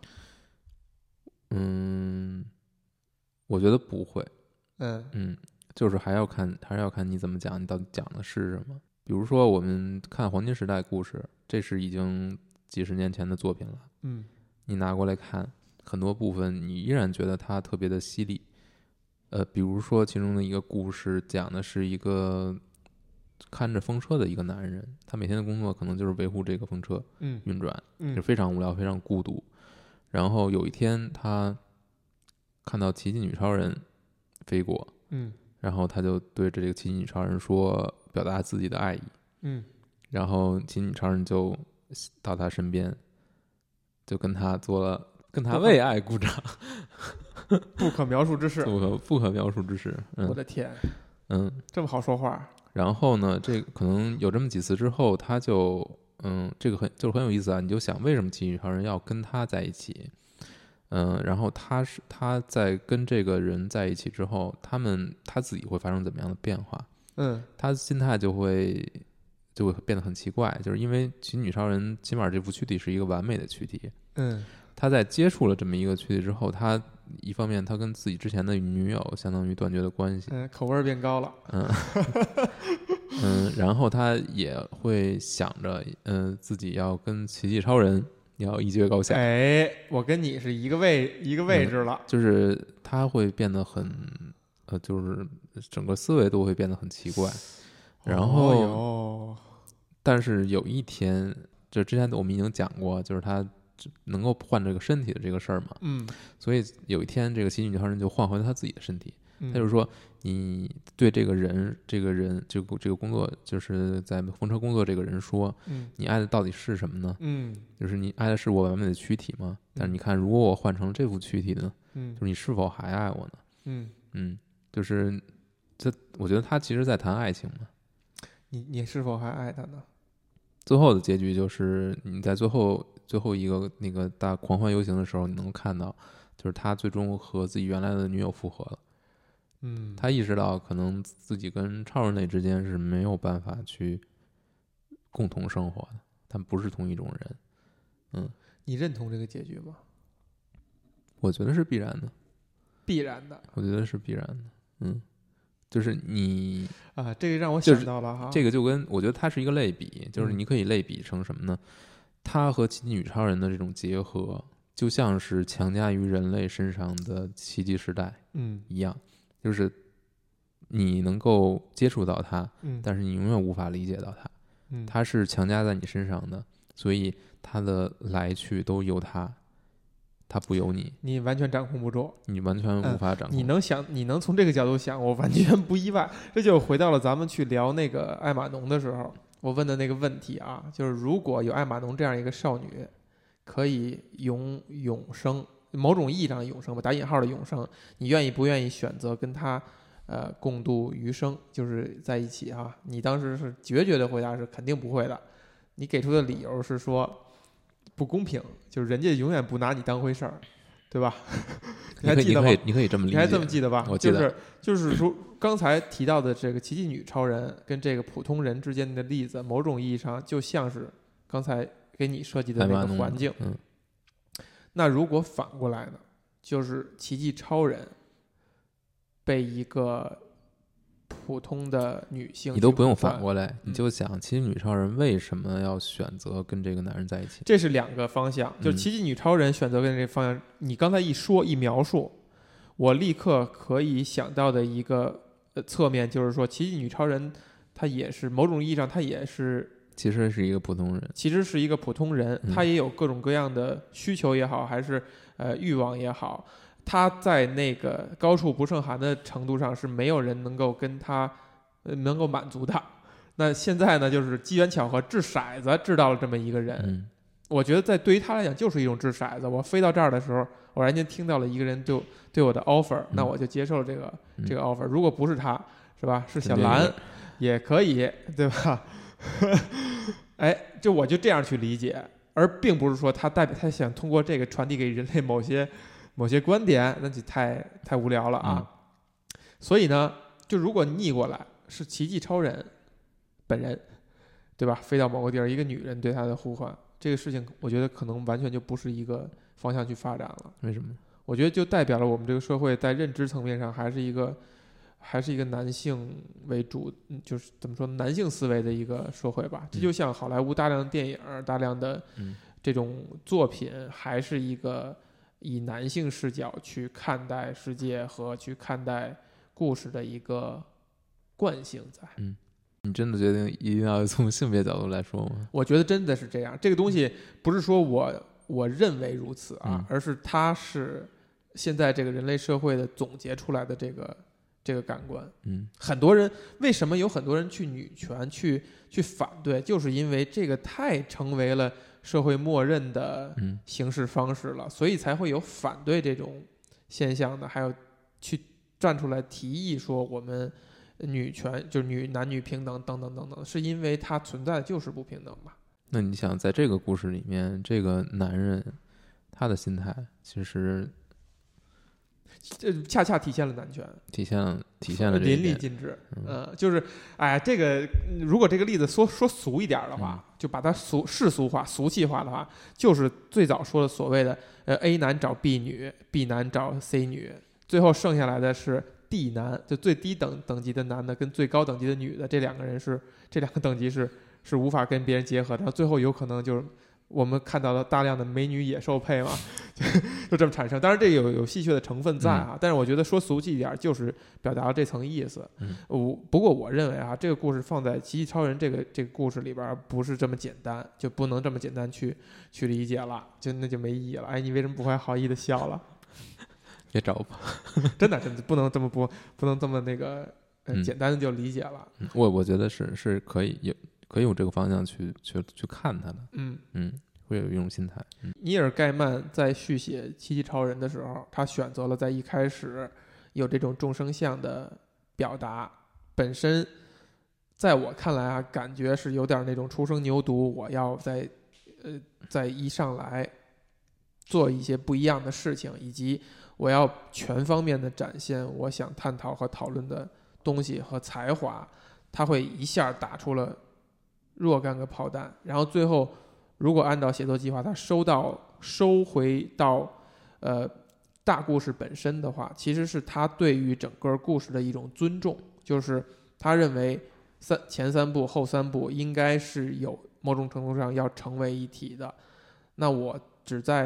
嗯，我觉得不会。 嗯嗯，就是还要看，还是要看你怎么讲，你到底讲的是什么。比如说，我们看黄金时代故事，这是已经几十年前的作品了。 嗯你拿过来看，很多部分你依然觉得它特别的犀利。呃，比如说其中的一个故事讲的是一个看着风车的一个男人，他每天的工作可能就是维护这个风车嗯运转， 嗯就非常无聊，非常孤独。然后有一天他看到奇迹女超人飞过， 嗯然后他就对着这个奇迹女超人说，表达自己的爱意。 嗯然后奇迹女超人就到他身边，就跟他做了，跟他为爱鼓掌， 不可描述之事。 不可不可描述之事。嗯， 我的天， 嗯， 这么好说话？ 然后呢，这个可能有这么几次之后，他就嗯，这个很就是很有意思啊。你就想，为什么奇迹女超人要跟他在一起？嗯，然后他是他在跟这个人在一起之后，他们他自己会发生怎么样的变化？ 嗯他心态就会就会变得很奇怪，就是因为奇迹女超人起码这副躯体是一个完美的躯体， 嗯他在接触了这么一个躯体之后，他一方面他跟自己之前的女友相当于断绝了关系， 嗯，口味儿变高了。 嗯嗯，然后他也会想着，嗯、自己要跟奇迹超人要一决高下， 哎，我跟你是一个位一个位置了。 就是他会变得很，呃，就是整个思维都会变得很奇怪。然后， 哦但是有一天，就之前我们已经讲过，就是他能够换这个身体的这个事儿嘛。 嗯， 所以有一天，这个奇迹女超人就换回了他自己的身体。 嗯他就是说，你对这个人，这个人，这个这个工作，就是在风车工作这个人说， 嗯你爱的到底是什么呢？ 嗯就是你爱的是我完美的躯体吗？但是你看，如果我换成这副躯体呢， 嗯就是你是否还爱我呢？ 嗯， 嗯，就是这，我觉得他其实在谈爱情嘛。 你你是否还爱他呢？ 最后的结局就是你在最后最后一个那个大狂欢游行的时候，你能看到，就是他最终和自己原来的女友复合了。 嗯， 他意识到可能自己跟超人类之间是没有办法去共同生活的，他们不是同一种人。嗯， 你认同这个结局吗？ 我觉得是必然的， 必然的我觉得是必然的。嗯，就是你啊，这个让我就是想到了哈。 这个就跟我觉得它是一个类比，就是你可以类比成什么呢？他和奇迹女超人的这种结合， 就像是强加于人类身上的奇迹时代嗯一样，就是你能够接触到它， 嗯， 但是你永远无法理解到它， 嗯， 它是强加在你身上的，所以它的来去都由它，它不由你， 你完全掌控不住， 你完全无法掌控。 嗯、你能想，你能从这个角度想，我完全不意外。这就回到了咱们去聊那个艾玛农的时候，我问的那个问题啊，就是如果有艾玛农这样一个少女，可以永永生，某种意义上的永生吧，打引号的永生，你愿意不愿意选择跟她呃共度余生，就是在一起哈、啊？你当时是决绝的回答是肯定不会的，你给出的理由是说不公平，就是人家永远不拿你当回事儿，对吧？你还记得吗？ 你可以你可以这么理解， 你还这么记得吧？ 我记得， 就是就是说刚才提到的这个奇迹女超人跟这个普通人之间的例子，某种意义上就像是刚才给你设计的那个环境。 嗯， 那如果反过来呢？就是奇迹超人被一个普通的女性， 你都不用反过来，嗯、你就想奇迹女超人为什么要选择跟这个男人在一起？ 这是两个方向，就奇迹女超人选择跟这个方向，嗯、你刚才一说一描述，我立刻可以想到的一个呃侧面就是说，奇迹女超人她也是某种意义上，她也是其实是一个普通人， 其实是一个普通人， 嗯、 她也有各种各样的需求也好，还是呃欲望也好。他在那个高处不胜寒的程度上是没有人能够跟他呃能够满足的。那现在呢，就是机缘巧合掷骰子掷到了这么一个人， 嗯、 我觉得在对于他来讲就是一种掷骰子。我飞到这儿的时候，偶然间听到了一个人对对我的 offer，嗯、那我就接受了这个、 嗯、 这个 offer。如果不是他，是吧？是小兰也可以，对吧？哎，就我就这样去理解，而并不是说他代表他想通过这个传递给人类某些。某些观点，那就太太无聊了啊！嗯、所以呢，就如果逆过来是奇迹超人本人，对吧？飞到某个地儿，一个女人对他的呼唤，这个事情，我觉得可能完全就不是一个方向去发展了。 为什么？ 我觉得就代表了我们这个社会在认知层面上还是一个，还是一个男性为主，就是怎么说，男性思维的一个社会吧。这就像好莱坞大量的电影、大量的这种作品，还是一个。以男性视角去看待世界和去看待故事的一个惯性在。 嗯，你真的决定一定要从性别角度来说吗？ 我觉得真的是这样。这个东西不是说我我认为如此啊， 嗯、 而是它是现在这个人类社会的总结出来的这个这个感官。 嗯， 很多人为什么有很多人去女权去去反对，就是因为这个太成为了。社会默认的行事方式了，嗯、所以才会有反对这种现象的，还有去站出来提议说我们女权就是女男女平等等等等等，是因为它存在的就是不平等嘛。 那你想在这个故事里面，这个男人他的心态其实这恰恰体现了男权， 体现了体现了淋漓尽致。嗯、呃，就是哎，这个如果这个例子说说俗一点的话，嗯、就把它俗世俗化、俗气化的话，就是最早说的所谓的呃 A 男找 B 女 ，B 男找 C 女，最后剩下来的是 D 男，就最低等等级的男的跟最高等级的女的，这两个人是这两个等级是是无法跟别人结合的，然后最后有可能就是。我们看到了大量的美女野兽配嘛，就这么产生。当然，这有有戏谑的成分在啊，嗯、但是我觉得说俗气一点，就是表达了这层意思。 嗯、 我不过我认为啊，这个故事放在《奇迹超人》这个这个故事里边，不是这么简单，就不能这么简单去去理解了，就那就没意义了。哎，你为什么不怀好意的笑了？ 别找吧， 真的真的不能这么不不能这么那个、呃嗯、简单的就理解了。 嗯、我我觉得是是可以有。可以用这个方向去去去看他的， 嗯嗯，会有一种心态。嗯、 尼尔盖曼在续写《奇迹超人》的时候，他选择了在一开始有这种众生相的表达，本身在我看来啊，感觉是有点那种初生牛犊，我要在呃在一上来做一些不一样的事情，以及我要全方面的展现我想探讨和讨论的东西和才华，他会一下打出了。若干个炮弹，然后最后如果按照写作计划，他收到收回到呃大故事本身的话，其实是他对于整个故事的一种尊重，就是他认为三前三部后三部应该是有某种程度上要成为一体的。那我只在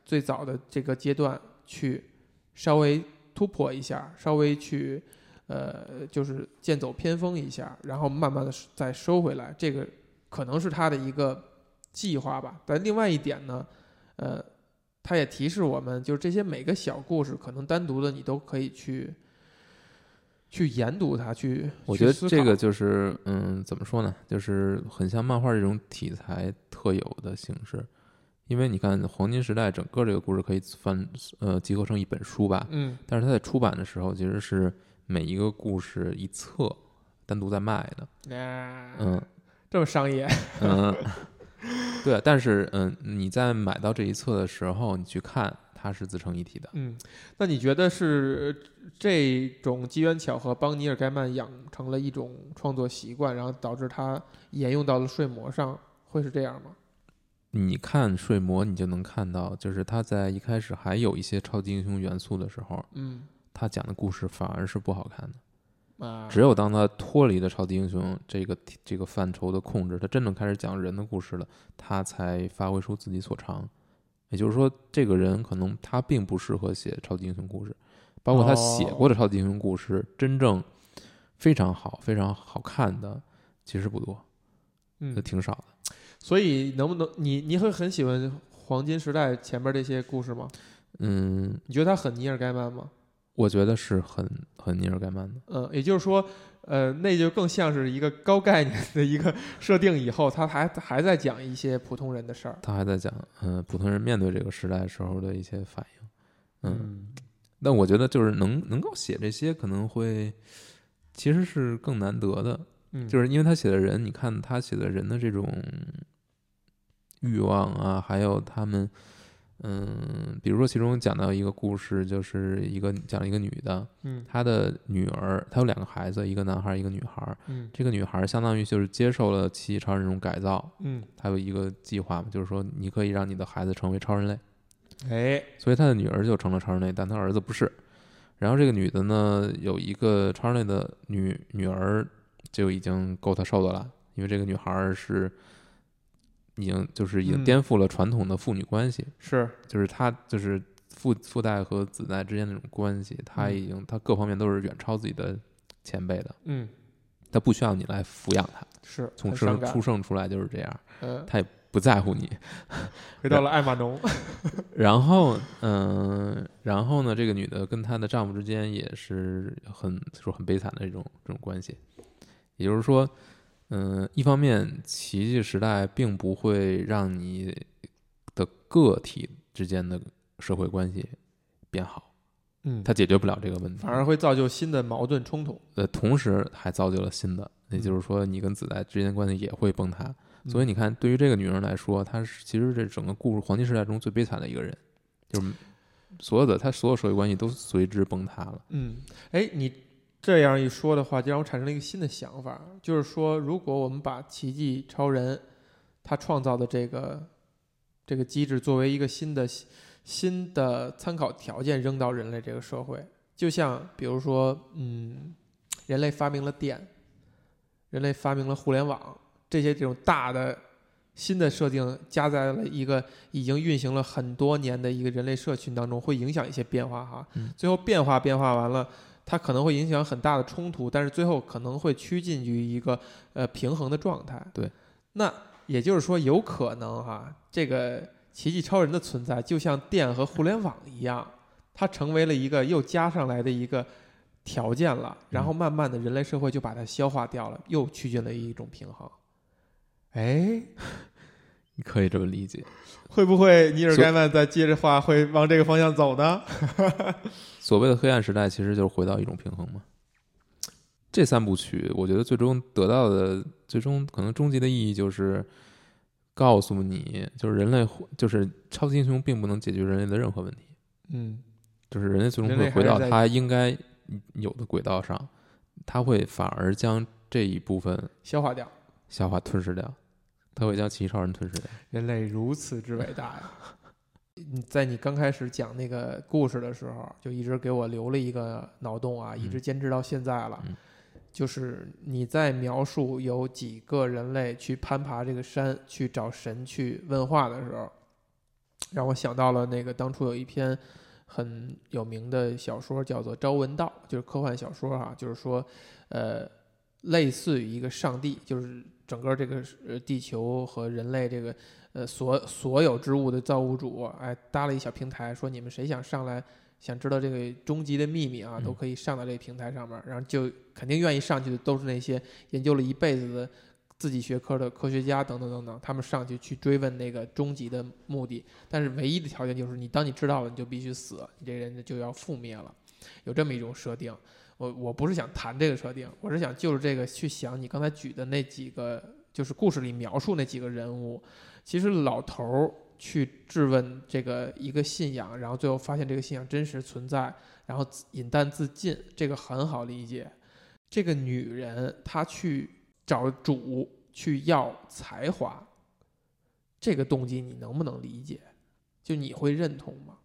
最早的这个阶段去稍微突破一下，稍微去呃就是剑走偏锋一下，然后慢慢的再收回来，这个可能是他的一个计划吧。但另外一点呢，呃，他也提示我们，就是这些每个小故事，可能单独的你都可以去去研读它，去我觉得这个就是嗯，怎么说呢，就是很像漫画这种题材特有的形式。因为你看黄金时代整个这个故事可以翻呃集合成一本书吧， 嗯， 但是它在出版的时候其实是每一个故事一册单独在卖的， 啊、 嗯， 这么商业， 嗯，对，但是嗯，你在买到这一册的时候，你去看它是自成一体的， 嗯，那你觉得是这种机缘巧合帮尼尔盖曼养成了一种创作习惯，然后导致他沿用到了睡魔上，会是这样吗？ 你看睡魔，你就能看到，就是他在一开始还有一些超级英雄元素的时候， 嗯， 他讲的故事反而是不好看的。 啊， 只有当他脱离了超级英雄这个这个范畴的控制，他真正开始讲人的故事了，他才发挥出自己所长。也就是说，这个人可能他并不适合写超级英雄故事，包括他写过的超级英雄故事，真正非常好、非常好看的其实不多， 嗯， 挺少的。 所以能不能你你会很喜欢黄金时代前面这些故事吗？ 嗯， 你觉得他很尼尔盖曼吗？ 我觉得是很很尼尔盖曼的。 嗯，也就是说，呃，那就更像是一个高概念的一个设定，以后他还还在讲一些普通人的事儿。 他还在讲，嗯、呃，普通人面对这个时代时候的一些反应。嗯， 嗯， 那我觉得就是能能够写这些，可能会其实是更难得的。 嗯， 就是因为他写的人，你看他写的人的这种欲望啊，还有他们，嗯，比如说其中讲到一个故事，就是一个讲了一个女的， 嗯， 她的女儿，她有两个孩子，一个男孩，一个女孩。 嗯， 这个女孩相当于就是接受了奇迹超人这种改造， 嗯， 她有一个计划嘛，就是说你可以让你的孩子成为超人类， 哎， 所以她的女儿就成了超人类，但她儿子不是。然后这个女的呢，有一个超人类的女女儿，就已经够她受的了，因为这个女孩是。已经就是已经颠覆了传统的父女关系， 嗯、是， 就是他就是父父代和子代之间的那种关系，他已经、嗯、他各方面都是远超自己的前辈的， 嗯， 他不需要你来抚养他， 是从生出生出来就是这样， 嗯， 他也不在乎你。 回到了艾玛农， 然后嗯、呃，然后呢，这个女的跟她的丈夫之间也是很说很悲惨的这种这种关系，也就是说。嗯，一方面，奇迹时代并不会让你的个体之间的社会关系变好， 嗯， 它解决不了这个问题， 反而会造就新的矛盾冲突。 呃，同时还造就了新的，也就是说，你跟子代之间的关系也会崩塌。嗯、所以你看，对于这个女人来说，她是其实这整个故事黄金时代中最悲惨的一个人，就是所有的她所有社会关系都随之崩塌了。 嗯，哎，你。这样一说的话，就让我产生了一个新的想法，就是说，如果我们把奇迹超人他创造的这个这个机制作为一个新的新的参考条件扔到人类这个社会，就像比如说，嗯，人类发明了电，人类发明了互联网，这些这种大的新的设定加在了一个已经运行了很多年的一个人类社群当中，会影响一些变化哈。 嗯、 最后变化变化完了。它可能会影响很大的冲突，但是最后可能会趋近于一个呃平衡的状态。 对， 那也就是说，有可能哈，这个奇迹超人的存在，就像电和互联网一样，它成为了一个又加上来的一个条件了，然后慢慢的人类社会就把它消化掉了，又趋近了一种平衡。哎， 你可以这么理解。 会不会尼尔盖曼再接着画会往这个方向走呢？ 所谓的黑暗时代其实就是回到一种平衡嘛。这三部曲我觉得最终得到的最终可能终极的意义就是告诉你，就是人类就是超级英雄并不能解决人类的任何问题。 嗯， 就是人类最终会回到他应该有的轨道上，他会反而将这一部分消化掉消化吞噬掉，他会将奇迹超人吞噬掉。 人类如此之伟大呀！在你刚开始讲那个故事的时候，就一直给我留了一个脑洞啊，一直坚持到现在了。 嗯、 就是你在描述有几个人类去攀爬这个山，去找神去问话的时候， 让我想到了那个当初有一篇很有名的小说叫做《朝闻道》，就是科幻小说哈、啊，就是说，呃，类似于一个上帝，就是整个这个呃地球和人类这个呃所所有之物的造物主，哎，搭了一小平台，说你们谁想上来，想知道这个终极的秘密啊，都可以上到这个平台上面，然后就肯定愿意上去的都是那些研究了一辈子的自己学科的科学家等等等等，他们上去去追问那个终极的目的，但是唯一的条件就是你当你知道了，你就必须死，你这人就要覆灭了，有这么一种设定。我我不是想谈这个设定，我是想就是这个去想你刚才举的那几个，就是故事里描述那几个人物，其实老头去质问这个一个信仰，然后最后发现这个信仰真实存在，然后饮弹自尽，这个很好理解。这个女人她去找主去要才华，这个动机你能不能理解？就你会认同吗？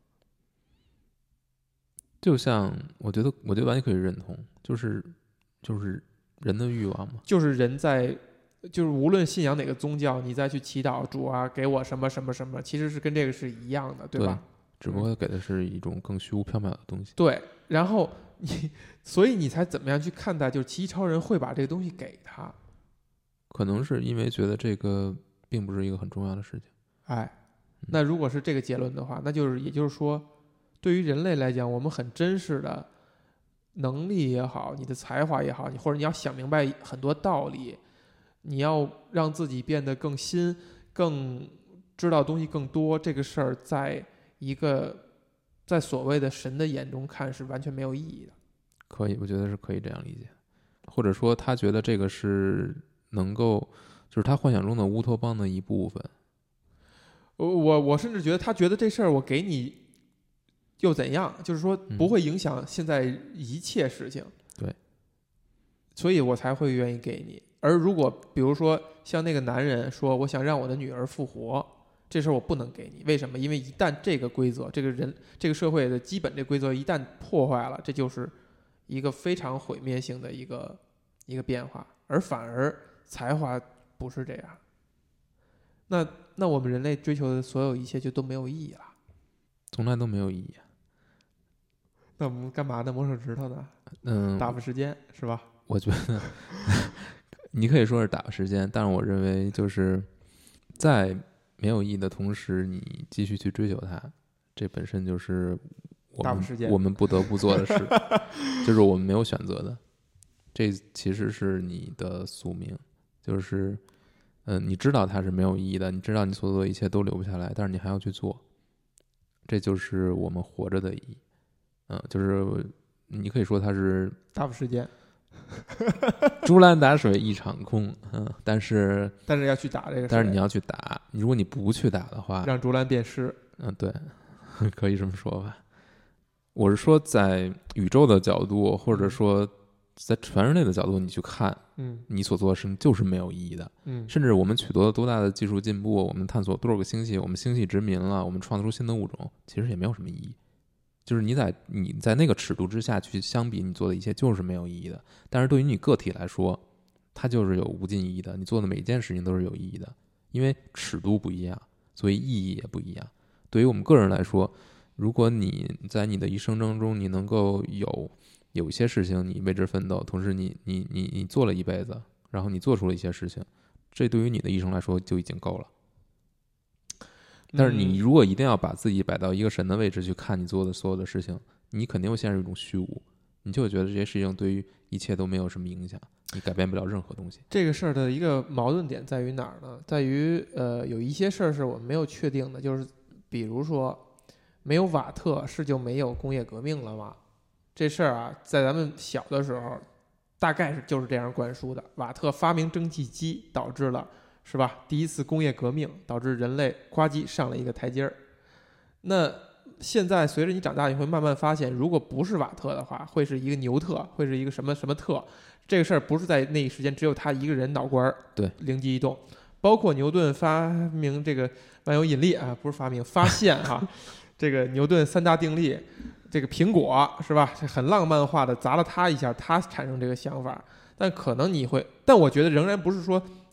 就像我觉得，我觉得完全可以认同，就是就是人的欲望嘛， 就是人在，就是无论信仰哪个宗教，你再去祈祷主啊，给我什么什么什么，其实是跟这个是一样的，对吧？ 对，只不过给的是一种更虚无缥缈的东西。 对，然后你，所以你才怎么样去看待，就是奇异超人会把这个东西给他？ 可能是因为觉得这个并不是一个很重要的事情。 哎，那如果是这个结论的话，那就是也就是说，对于人类来讲，我们很真实的能力也好，你的才华也好，你或者你要想明白很多道理，你要让自己变得更新，更知道东西更多，这个事儿在一个在所谓的神的眼中看是完全没有意义的。 可以，我觉得是可以这样理解，或者说他觉得这个是能够，就是他幻想中的乌托邦的一部分。 我我我甚至觉得他觉得这事儿我给你又怎样，就是说不会影响现在一切事情、 嗯、对， 所以我才会愿意给你。而如果比如说像那个男人说我想让我的女儿复活，这事儿我不能给你，为什么？因为一旦这个规则，这个人这个社会的基本这规则一旦破坏了，这就是一个非常毁灭性的一个一个变化，而反而才华不是这样。那那我们人类追求的所有一切就都没有意义了， 从来都没有意义。 那我们干嘛呢？摸手指头呢？ 嗯， 打发时间是吧？ 我觉得你可以说是打发时间，但是我认为就是在没有意义的同时，你继续去追求它，这本身就是我们我们不得不做的事，就是我们没有选择的。这其实是你的宿命，就是嗯、呃，你知道它是没有意义的，你知道你所做的一切都留不下来，但是你还要去做，这就是我们活着的意义。嗯，就是你可以说它是打发时间。 竹篮打水一场空，嗯，但是但是要去打这个， 但是你要去打，如果你不去打的话， 让竹篮变湿， 嗯，对，可以这么说吧。我是说，在宇宙的角度，或者说在全人类的角度，你去看， 嗯， 你所做的事情就是没有意义的， 嗯， 甚至我们取得了多大的技术进步，我们探索多少个星系，我们星系殖民了，我们创造出新的物种，其实也没有什么意义。就是你在你在那个尺度之下去相比，你做的一切就是没有意义的。但是对于你个体来说，它就是有无尽意义的。你做的每一件事情都是有意义的，因为尺度不一样，所以意义也不一样。对于我们个人来说，如果你在你的一生当中，你能够有有一些事情你为之奋斗，同时你你你你做了一辈子，然后你做出了一些事情，这对于你的一生来说就已经够了。但是你如果一定要把自己摆到一个神的位置去看你做的所有的事情，你肯定会陷入一种虚无，你就会觉得这些事情对于一切都没有什么影响，你改变不了任何东西。 这个事儿的一个矛盾点在于哪儿呢？在于呃，有一些事儿是我们没有确定的，就是比如说没有瓦特是就没有工业革命了吗？这事儿啊，在咱们小的时候大概是就是这样灌输的。瓦特发明蒸汽机导致了是吧？第一次工业革命导致人类呱唧上了一个台阶儿。那现在随着你长大，你会慢慢发现，如果不是瓦特的话，会是一个牛特，会是一个什么什么特。这个事儿不是在那一时间只有他一个人脑瓜儿对灵机一动。包括牛顿发明这个万有引力啊，不是发明，发现哈，这个牛顿三大定律，这个苹果是吧？很浪漫化的砸了他一下，他产生这个想法。但可能你会，但我觉得仍然不是说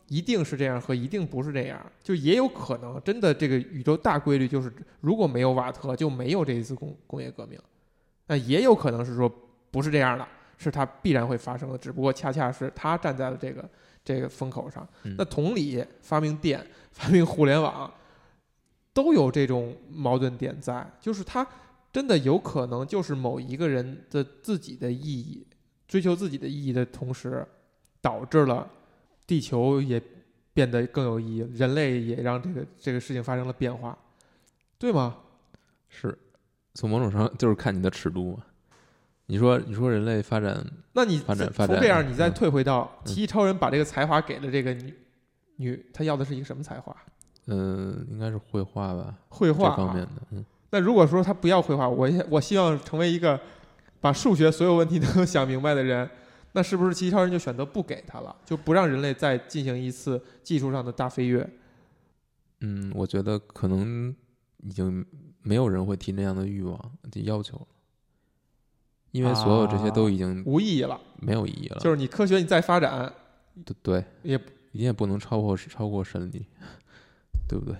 一定是这样和一定不是这样，就也有可能真的这个宇宙大规律就是如果没有瓦特就没有这一次工工业革命，那也有可能是说不是这样的，是它必然会发生的，只不过恰恰是他站在了这个这个风口上。 嗯、 那同理，发明电、发明互联网都有这种矛盾点在，就是它真的有可能就是某一个人的自己的意义，追求自己的意义的同时，导致了地球也变得更有意义，人类也让这个这个事情发生了变化，对吗？ 是，从某种上就是看你的尺度嘛。你说你说人类发展， 那你发展发展， 从这样你再退回到嗯、 奇异超人把这个才华给了这个女女，她要的是一个什么才华？ 嗯、呃，应该是绘画吧， 绘画、 这方面的。嗯， 那如果说她不要绘画，我我希望成为一个把数学所有问题都能想明白的人。那是不是奇异超人就选择不给他了，就不让人类再进行一次技术上的大飞跃？ 嗯，我觉得可能已经没有人会提那样的欲望、的要求了，因为所有这些都已经、 啊、无意义了， 没有意义了。 就是你科学你再发展， 对对， 也一定也不能超过超过神力，对不对？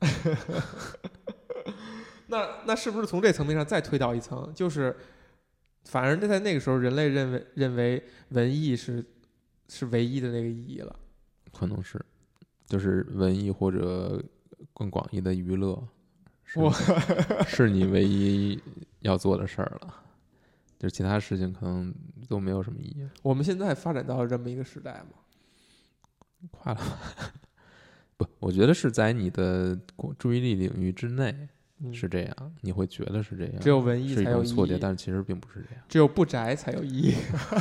那那是不是从这层面上再推导一层，就是反而在那个时候，人类认为认为文艺是是唯一的那个意义了？ 可能是，就是文艺或者更广义的娱乐，是是你唯一要做的事儿了。就是其他事情可能都没有什么意义。 我们现在发展到了这么一个时代吗？ 快了，不，我觉得是在你的注意力领域之内。是这样、嗯，你会觉得是这样， 只有文艺才有意义， 是一种错觉，但是其实并不是这样。 只有不宅才有意义，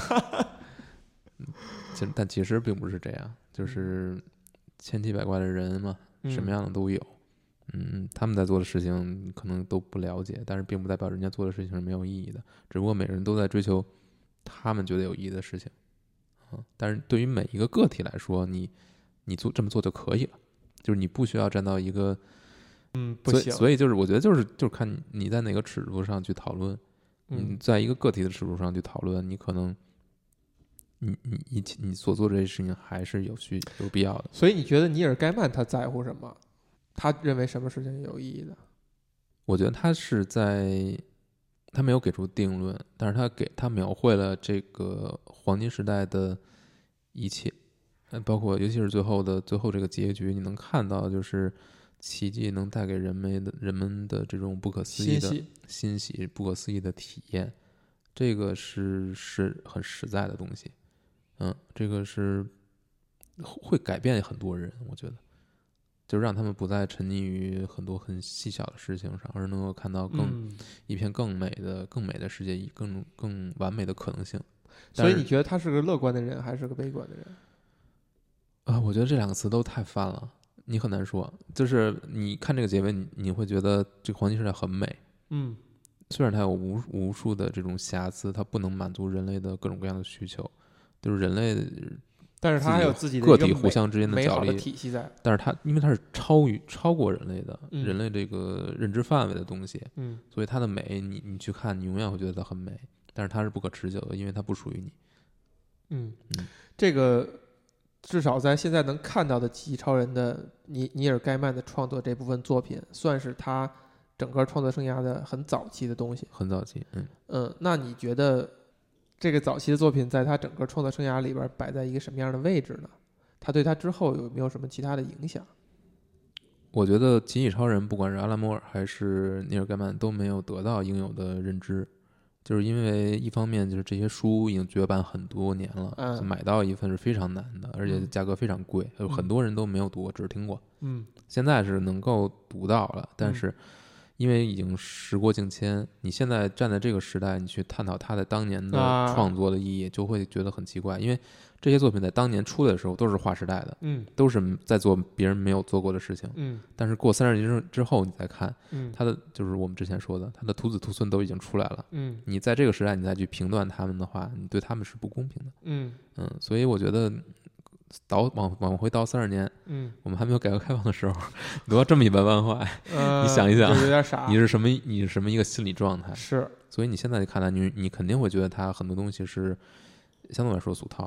其实但其实并不是这样，就是千奇百怪的人嘛， 嗯、 什么样的都有。嗯，他们在做的事情可能都不了解，但是并不代表人家做的事情是没有意义的，只不过每个人都在追求他们觉得有意义的事情。嗯，但是对于每一个个体来说，你你做这么做就可以了，就是你不需要站到一个。 嗯，不行。 所以，所以就是我觉得就是就是看你在哪个尺度上去讨论。 嗯， 你在一个个体的尺度上去讨论，你可能你你你你所做这些事情还是有需有必要的。 所以你觉得尼尔盖曼他在乎什么？他认为什么事情有意义的？ 我觉得他是在他没有给出定论，但是他给他描绘了这个黄金时代的一切，包括尤其是最后的最后这个结局，你能看到就是奇迹能带给人们的人们的这种不可思议的欣喜、 欣喜、不可思议的体验，这个是是很实在的东西。嗯，这个是会改变很多人，我觉得。就让他们不再沉溺于很多很细小的事情上，而能够看到更、嗯、一片更美的、更美的世界，更更完美的可能性。 所以你觉得他是个乐观的人，还是个悲观的人？ 啊、呃，我觉得这两个词都太泛了，你很难说。就是你看这个结尾，你你会觉得这个黄金时代很美， 嗯， 虽然它有无无数的这种瑕疵，它不能满足人类的各种各样的需求，就是人类。 但是它还有自己的个体互相之间的角力体系在， 但是它因为它是超于超过人类的、 嗯、 人类这个认知范围的东西， 嗯， 所以它的美，你你去看，你永远会觉得它很美，但是它是不可持久的，因为它不属于你。 嗯嗯， 这个至少在现在能看到的奇异超人的尼尼尔盖曼的创作这部分作品，算是他整个创作生涯的很早期的东西， 很早期。嗯嗯，那你觉得？这个早期的作品在他整个创作生涯里边摆在一个什么样的位置呢？他对他之后有没有什么其他的影响？ 我觉得奇异超人不管是阿拉摩尔还是尼尔盖曼都没有得到应有的认知，就是因为一方面就是这些书已经绝版很多年了， 嗯、 就买到一份是非常难的，而且价格非常贵，有、嗯、很多人都没有读过，只是听过。 嗯， 现在是能够读到了，但是。 嗯因为已经时过境迁，你现在站在这个时代，你去探讨他在当年的创作的意义，就会觉得很奇怪。因为这些作品在当年出的时候都是划时代的， 嗯， 都是在做别人没有做过的事情， 嗯。 但是过三十年之后，你再看， 嗯， 他的就是我们之前说的，他的徒子徒孙都已经出来了， 嗯， 你在这个时代你再去评断他们的话，你对他们是不公平的， 嗯嗯，所以我觉得。倒往往回倒三十年， 嗯， 我们还没有改革开放的时候，你都要这么一般般化， 呃、 你想一想， 有点傻。 你是什么？你是什么一个心理状态？ 是， 所以你现在看来，你你肯定会觉得它很多东西是相对来说俗套了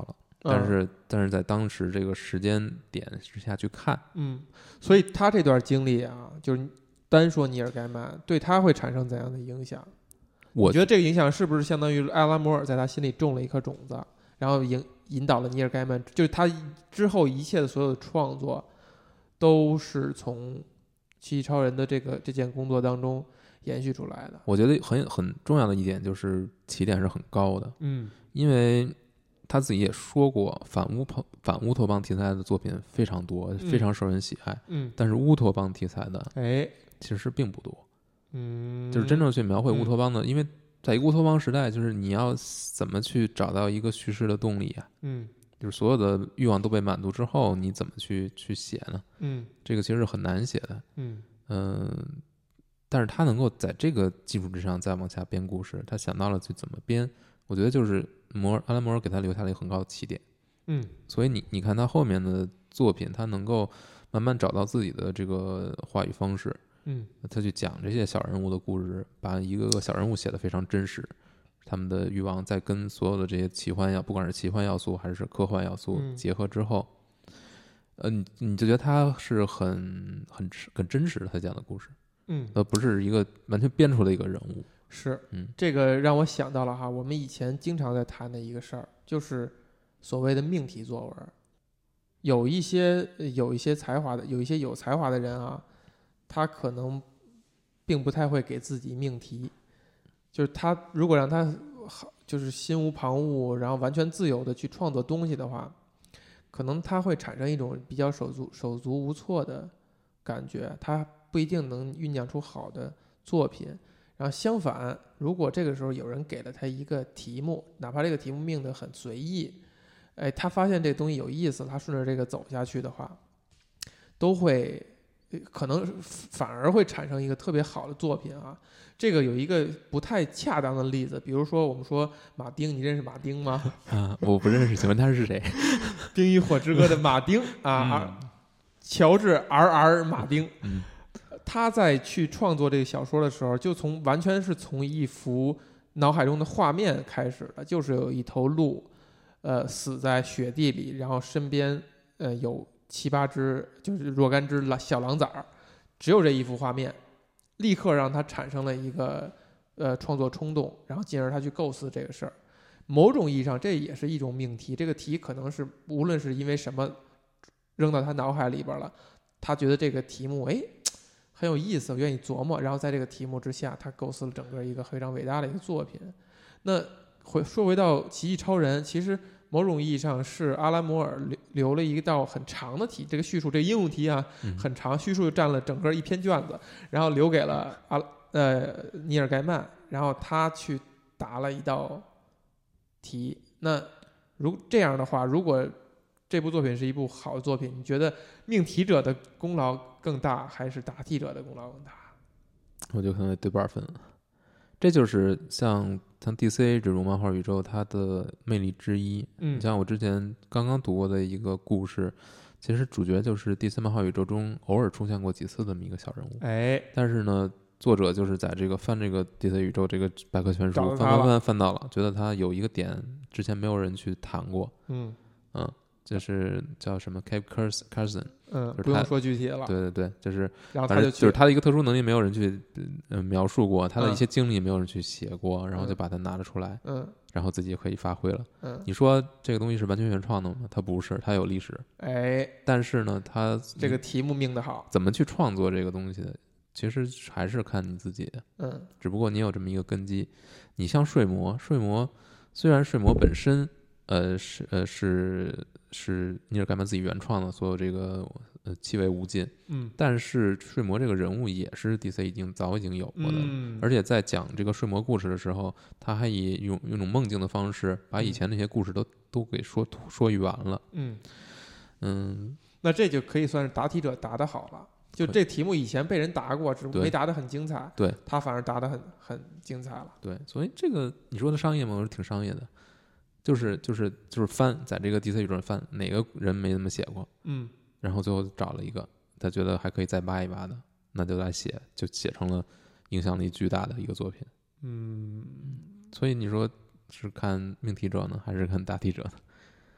但是但是在当时这个时间点之下去看， 嗯，所以他这段经历啊，就是单说尼尔盖曼对他会产生怎样的影响？我觉得这个影响是不是相当于阿拉摩尔在他心里种了一颗种子，然后引引导了尼尔盖曼，就是他之后一切的所有的创作都是从奇异超人的这个这件工作当中延续出来的。 我觉得很很重要的一点就是起点是很高的， 嗯， 因为他自己也说过，反乌反乌托邦题材的作品非常多， 嗯、 非常受人喜爱。 嗯， 但是乌托邦题材的， 哎， 其实并不多。 嗯， 就是真正去描绘乌托邦的， 嗯、 因为在一个乌托邦时代，就是你要怎么去找到一个叙事的动力啊？ 嗯， 就是所有的欲望都被满足之后，你怎么去去写呢？ 嗯， 这个其实是很难写的。 嗯嗯、呃，但是他能够在这个基础之上再往下编故事，他想到了去怎么编。我觉得就是摩尔阿兰摩尔给他留下了一个很高的起点， 嗯， 所以你你看他后面的作品，他能够慢慢找到自己的这个话语方式， 嗯， 他去讲这些小人物的故事，把一个个小人物写得非常真实，他们的欲望在跟所有的这些奇幻要，不管是奇幻要素还是科幻要素结合之后，呃，你你就觉得他是很很很真实的，他讲的故事， 嗯， 而不是一个完全编出的一个人物。 是， 嗯， 这个让我想到了哈，我们以前经常在谈的一个事儿，就是所谓的命题作文。有一些有一些才华的，有一些有才华的人啊，他可能并不太会给自己命题，就是他如果让他就是心无旁骛，然后完全自由的去创作东西的话，可能他会产生一种比较手足手足无措的感觉，他不一定能酝酿出好的作品。然后相反，如果这个时候有人给了他一个题目，哪怕这个题目命得很随意，哎，他发现这个东西有意思，他顺着这个走下去的话，都会可能反而会产生一个特别好的作品啊。这个有一个不太恰当的例子，比如说我们说马丁，你认识马丁吗？ 啊，我不认识，请问他是谁？《 冰与火之歌》的马丁啊，嗯、乔治 R R 马丁。 嗯， 他在去创作这个小说的时候，就从完全是从一幅脑海中的画面开始的，就是有一头鹿，呃，死在雪地里，然后身边呃有七八只，就是若干只小狼崽儿，只有这一幅画面，立刻让他产生了一个呃创作冲动，然后进而他去构思这个事儿。某种意义上，这也是一种命题。这个题可能是无论是因为什么扔到他脑海里边了，他觉得这个题目哎很有意思，我愿意琢磨，然后在这个题目之下，他构思了整个一个非常伟大的一个作品。那回说回到奇异超人，其实某种意义上是阿兰摩尔留留了一道很长的题，这个叙述这个应用题啊很长，叙述占了整个一篇卷子，然后留给了阿呃尼尔盖曼，然后他去答了一道题。那如这样的话，如果这部作品是一部好的作品，你觉得命题者的功劳更大，还是答题者的功劳更大？ 我觉得可能得对半分了。这就是像像 D C 这种漫画宇宙它的魅力之一。 嗯， 你像我之前刚刚读过的一个故事，其实主角就是 D C 漫画宇宙中偶尔出现过几次这么一个小人物。 哎， 但是呢，作者就是在这个翻这个 D C 宇宙这个百科全书翻翻翻翻到了，觉得他有一个点之前没有人去谈过。 嗯嗯。就是叫什么 Cape Carson， 嗯，不用说具体了。 对对对，就是， 然后他就就是他的一个特殊能力，没有人去呃描述过，他的一些嗯经历没有人去写过，然后就把它拿了出来， 嗯， 然后自己可以发挥了。 嗯， 你说这个东西是完全原创的吗？它不是，它有历史。 哎， 但是呢，它这个题目命得好， 怎么去创作这个东西的，其实还是看你自己的。 嗯， 只不过你有这么一个根基。你像睡魔，睡魔虽然睡魔本身。呃，是呃是是尼尔盖曼自己原创的，所有这个呃气味无尽， 嗯， 但是睡魔这个人物也是 D C 已经早已经有过的， 嗯， 而且在讲这个睡魔故事的时候，他还以用用一种梦境的方式，把以前那些故事都、嗯、都给说说圆了， 嗯嗯， 那这就可以算是答题者答得好了。就这题目以前被人答过，只不过没答得很精彩， 对， 他反而答得很很精彩了。 对，所以这个你说的商业吗？我说挺商业的。就是就是就是翻，在这个 D C 宇宙上翻，哪个人没这么写过？ 嗯， 然后最后找了一个，他觉得还可以再挖一挖的，那就来写，就写成了影响力巨大的一个作品。 嗯， 所以你说是看命题者呢，还是看答题者呢？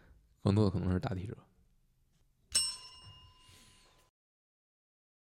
更多的可能是大体者。